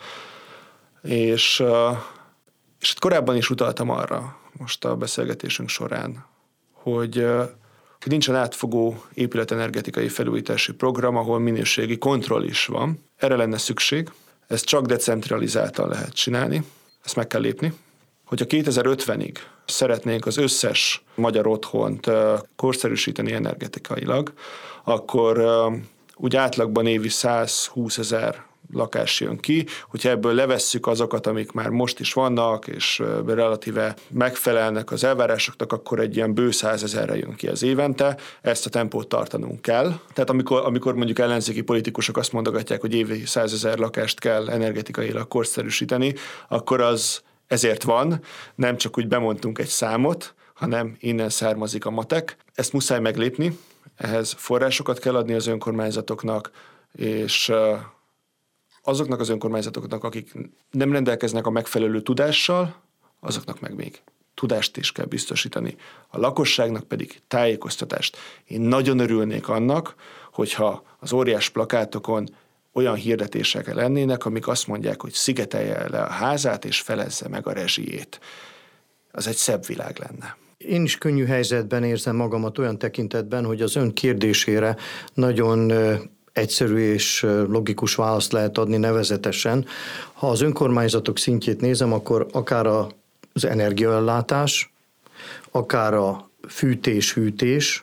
És, és korábban is utaltam arra, most a beszélgetésünk során, hogy, hogy nincsen átfogó épületenergetikai felújítási program, ahol minőségi kontroll is van. Erre lenne szükség. Ezt csak decentralizáltan lehet csinálni, ezt meg kell lépni. Hogyha kétezer-ötvenig szeretnénk az összes magyar otthont korszerűsíteni energetikailag, akkor úgy átlagban évi százhúszezer lakás jön ki, hogyha ebből levesszük azokat, amik már most is vannak, és relatíve megfelelnek az elvárásoknak, akkor egy ilyen bő százezerre jön ki az évente, ezt a tempót tartanunk kell. Tehát amikor, amikor mondjuk ellenzéki politikusok azt mondogatják, hogy évi százezer lakást kell energetikailag korszerűsíteni, akkor az ezért van, nem csak úgy bemondtunk egy számot, hanem innen származik a matek. Ezt muszáj meglépni, ehhez forrásokat kell adni az önkormányzatoknak, és azoknak az önkormányzatoknak, akik nem rendelkeznek a megfelelő tudással, azoknak meg még tudást is kell biztosítani. A lakosságnak pedig tájékoztatást. Én nagyon örülnék annak, hogyha az óriás plakátokon olyan hirdetések lennének, amik azt mondják, hogy szigetelje le a házát és felezze meg a rezsijét. Az egy szebb világ lenne.
Én is könnyű helyzetben érzem magamat olyan tekintetben, hogy az ön kérdésére nagyon egyszerű és logikus választ lehet adni, nevezetesen. Ha az önkormányzatok szintjét nézem, akkor akár az energiaellátás, akár a fűtés-hűtés,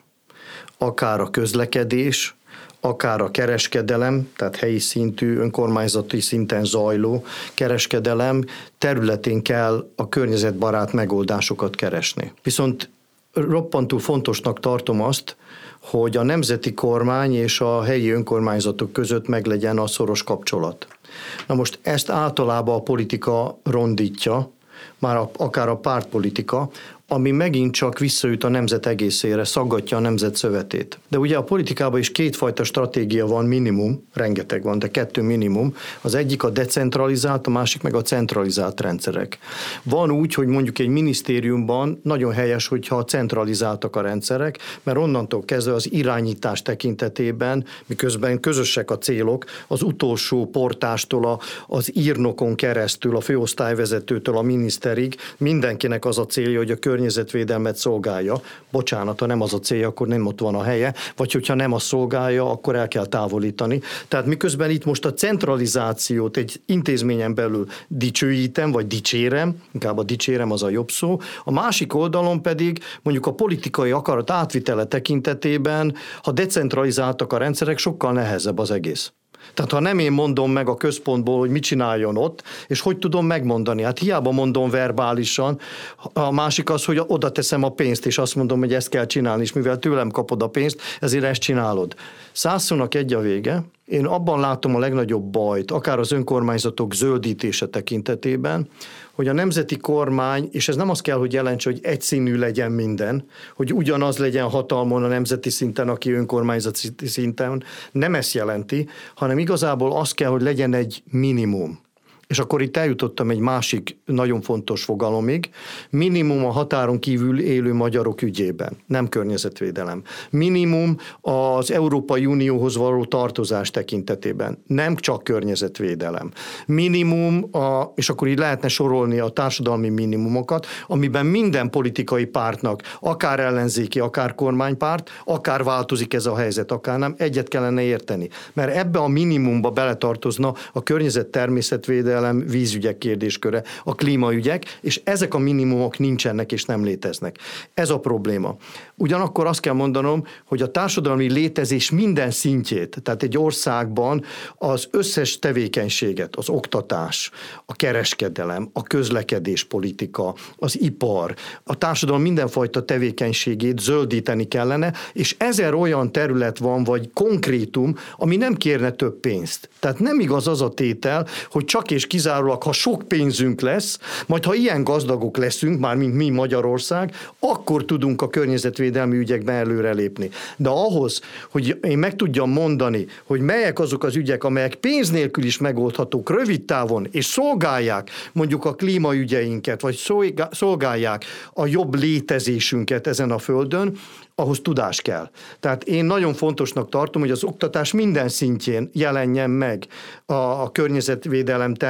akár a közlekedés, akár a kereskedelem, tehát helyi szintű, önkormányzati szinten zajló kereskedelem területén kell a környezetbarát megoldásokat keresni. Viszont roppantúl fontosnak tartom azt, hogy a nemzeti kormány és a helyi önkormányzatok között meglegyen a szoros kapcsolat. Na most ezt általában a politika rondítja, már a, akár a pártpolitika, ami megint csak visszaüt a nemzet egészére, szaggatja a nemzet szövetét. De ugye a politikában is kétfajta stratégia van minimum, rengeteg van, de kettő minimum. Az egyik a decentralizált, a másik meg a centralizált rendszerek. Van úgy, hogy mondjuk egy minisztériumban nagyon helyes, hogyha centralizáltak a rendszerek, mert onnantól kezdve az irányítás tekintetében, miközben közösek a célok, az utolsó portástól, az írnokon keresztül, a főosztályvezetőtől a miniszterig mindenkinek az a célja, hogy a környezetvédelmet szolgálja. Bocsánat, ha nem az a célja, akkor nem ott van a helye, vagy hogyha nem azt szolgálja, akkor el kell távolítani. Tehát miközben itt most a centralizációt egy intézményen belül dicsőítem, vagy dicsérem, inkább a dicsérem az a jobb szó, a másik oldalon pedig mondjuk a politikai akarat átvitele tekintetében, ha decentralizáltak a rendszerek, sokkal nehezebb az egész. Tehát ha nem én mondom meg a központból, hogy mit csináljon ott, és hogy tudom megmondani? Hát hiába mondom verbálisan, a másik az, hogy oda teszem a pénzt, és azt mondom, hogy ezt kell csinálni, és mivel tőlem kapod a pénzt, ezért ezt csinálod. Százszónak egy a vége. Én abban látom a legnagyobb bajt, akár az önkormányzatok zöldítése tekintetében, hogy a nemzeti kormány, és ez nem azt kell, hogy jelentse, hogy egyszínű legyen minden, hogy ugyanaz legyen hatalmon a nemzeti szinten, aki önkormányzati szinten, nem ezt jelenti, hanem igazából az kell, hogy legyen egy minimum. És akkor itt eljutottam egy másik nagyon fontos fogalomig, minimum a határon kívül élő magyarok ügyében, nem környezetvédelem. Minimum az Európai Unióhoz való tartozás tekintetében, nem csak környezetvédelem. Minimum, a, és akkor így lehetne sorolni a társadalmi minimumokat, amiben minden politikai pártnak, akár ellenzéki, akár kormánypárt, akár változik ez a helyzet, akár nem, egyet kellene érteni. Mert ebbe a minimumba beletartozna a környezet természetvédelem, vízügyek kérdésköre, a klímaügyek, és ezek a minimumok nincsenek és nem léteznek. Ez a probléma. Ugyanakkor azt kell mondanom, hogy a társadalmi létezés minden szintjét, tehát egy országban az összes tevékenységet, az oktatás, a kereskedelem, a közlekedéspolitika, az ipar, a társadalom mindenfajta tevékenységét zöldíteni kellene, és ezer olyan terület van, vagy konkrétum, ami nem kérne több pénzt. Tehát nem igaz az a tétel, hogy csak és kizárólag, ha sok pénzünk lesz, majd ha ilyen gazdagok leszünk, már mint mi Magyarország, akkor tudunk a környezetvédelmi ügyekben előrelépni. De ahhoz, hogy én meg tudjam mondani, hogy melyek azok az ügyek, amelyek pénz nélkül is megoldhatók rövid távon, és szolgálják mondjuk a klímaügyeinket, vagy szolgálják a jobb létezésünket ezen a földön, ahhoz tudás kell. Tehát én nagyon fontosnak tartom, hogy az oktatás minden szintjén jelenjen meg a, a környezetvédelem természetvédelem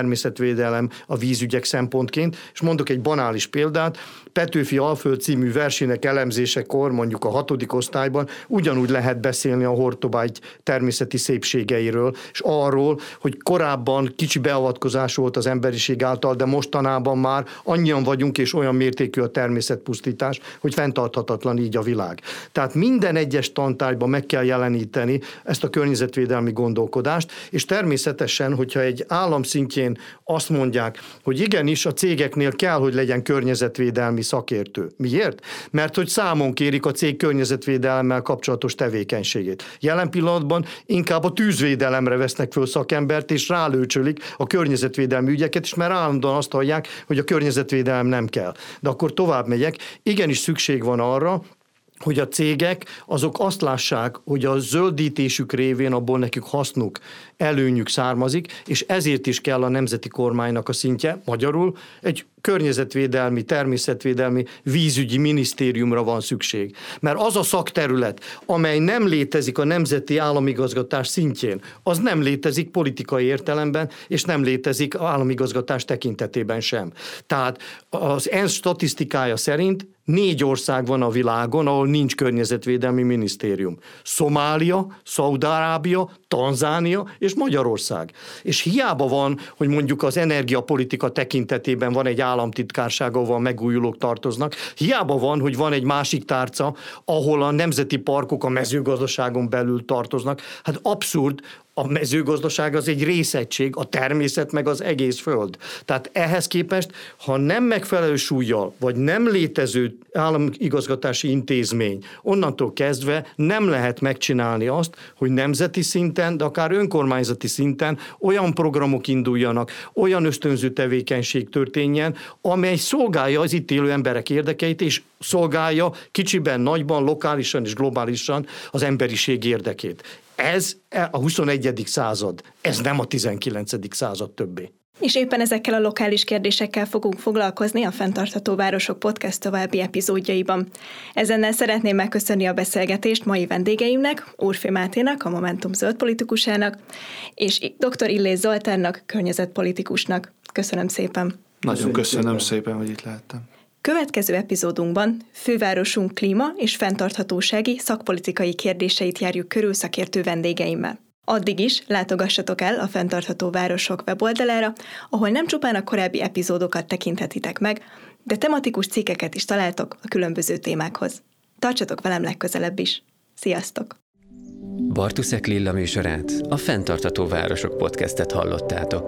természetvédelem a vízügyek szempontként, és mondok egy banális példát, Petőfi Alföld című versének elemzésekor, mondjuk a hatodik osztályban ugyanúgy lehet beszélni a Hortobágy természeti szépségeiről, és arról, hogy korábban kicsi beavatkozás volt az emberiség által, de mostanában már annyian vagyunk, és olyan mértékű a természetpusztítás, hogy fenntarthatatlan így a világ. Tehát minden egyes tantárgyban meg kell jeleníteni ezt a környezetvédelmi gondolkodást, és természetesen, hogyha egy állam szintjén azt mondják, hogy igenis a cégeknél kell, hogy legyen környezetvédelmi szakértő. Miért? Mert hogy számon kérik a cég környezetvédelemmel kapcsolatos tevékenységét. Jelen pillanatban inkább a tűzvédelemre vesznek föl szakembert, és rálőcsölik a környezetvédelmi ügyeket, és már állandóan azt hallják, hogy a környezetvédelem nem kell. De akkor tovább megyek, igenis szükség van arra, hogy a cégek azok azt lássák, hogy a zöldítésük révén abból nekik hasznuk, előnyük származik, és ezért is kell a nemzeti kormánynak a szintje, magyarul egy környezetvédelmi, természetvédelmi, vízügyi minisztériumra van szükség. Mert az a szakterület, amely nem létezik a nemzeti államigazgatás szintjén, az nem létezik politikai értelemben, és nem létezik államigazgatás tekintetében sem. Tehát az ENSZ statisztikája szerint négy ország van a világon, ahol nincs környezetvédelmi minisztérium. Szomália, Szaúd-Arábia, Tanzánia és Magyarország. És hiába van, hogy mondjuk az energiapolitika tekintetében van egy államtitkárság, ahol megújulók tartoznak, hiába van, hogy van egy másik tárca, ahol a nemzeti parkok a mezőgazdaságon belül tartoznak. Hát abszurd, a mezőgazdaság az egy részegység, a természet meg az egész föld. Tehát ehhez képest, ha nem megfelelő súllyal, vagy nem létező államigazgatási intézmény, onnantól kezdve nem lehet megcsinálni azt, hogy nemzeti szinten, de akár önkormányzati szinten olyan programok induljanak, olyan ösztönző tevékenység történjen, amely szolgálja az itt élő emberek érdekeit, és szolgálja kicsiben, nagyban, lokálisan és globálisan az emberiség érdekét. Ez a huszonegyedik század, ez nem a tizenkilencedik század többé.
És éppen ezekkel a lokális kérdésekkel fogunk foglalkozni a Fenntartható Városok Podcast további epizódjaiban. Ezennel szeretném megköszönni a beszélgetést mai vendégeimnek, Úrfi Máténak, a Momentum zöld politikusának, és dr. Illés Zoltánnak, környezetpolitikusnak. Köszönöm szépen.
Nagyon köszönöm szépen, hogy itt lehettem.
Következő epizódunkban fővárosunk klíma és fenntarthatósági szakpolitikai kérdéseit járjuk körül szakértő vendégeimmel. Addig is látogassatok el a Fenntartható Városok weboldalára, ahol nem csupán a korábbi epizódokat tekinthetitek meg, de tematikus cikkeket is találtok a különböző témákhoz. Tartsatok velem legközelebb is. Sziasztok!
Bartuszek Lilla műsorát, a Fenntartható Városok podcastet hallottátok.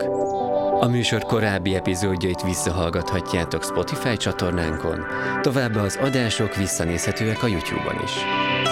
A műsor korábbi epizódjait visszahallgathatjátok Spotify csatornánkon, továbbá az adások visszanézhetőek a YouTube-on is.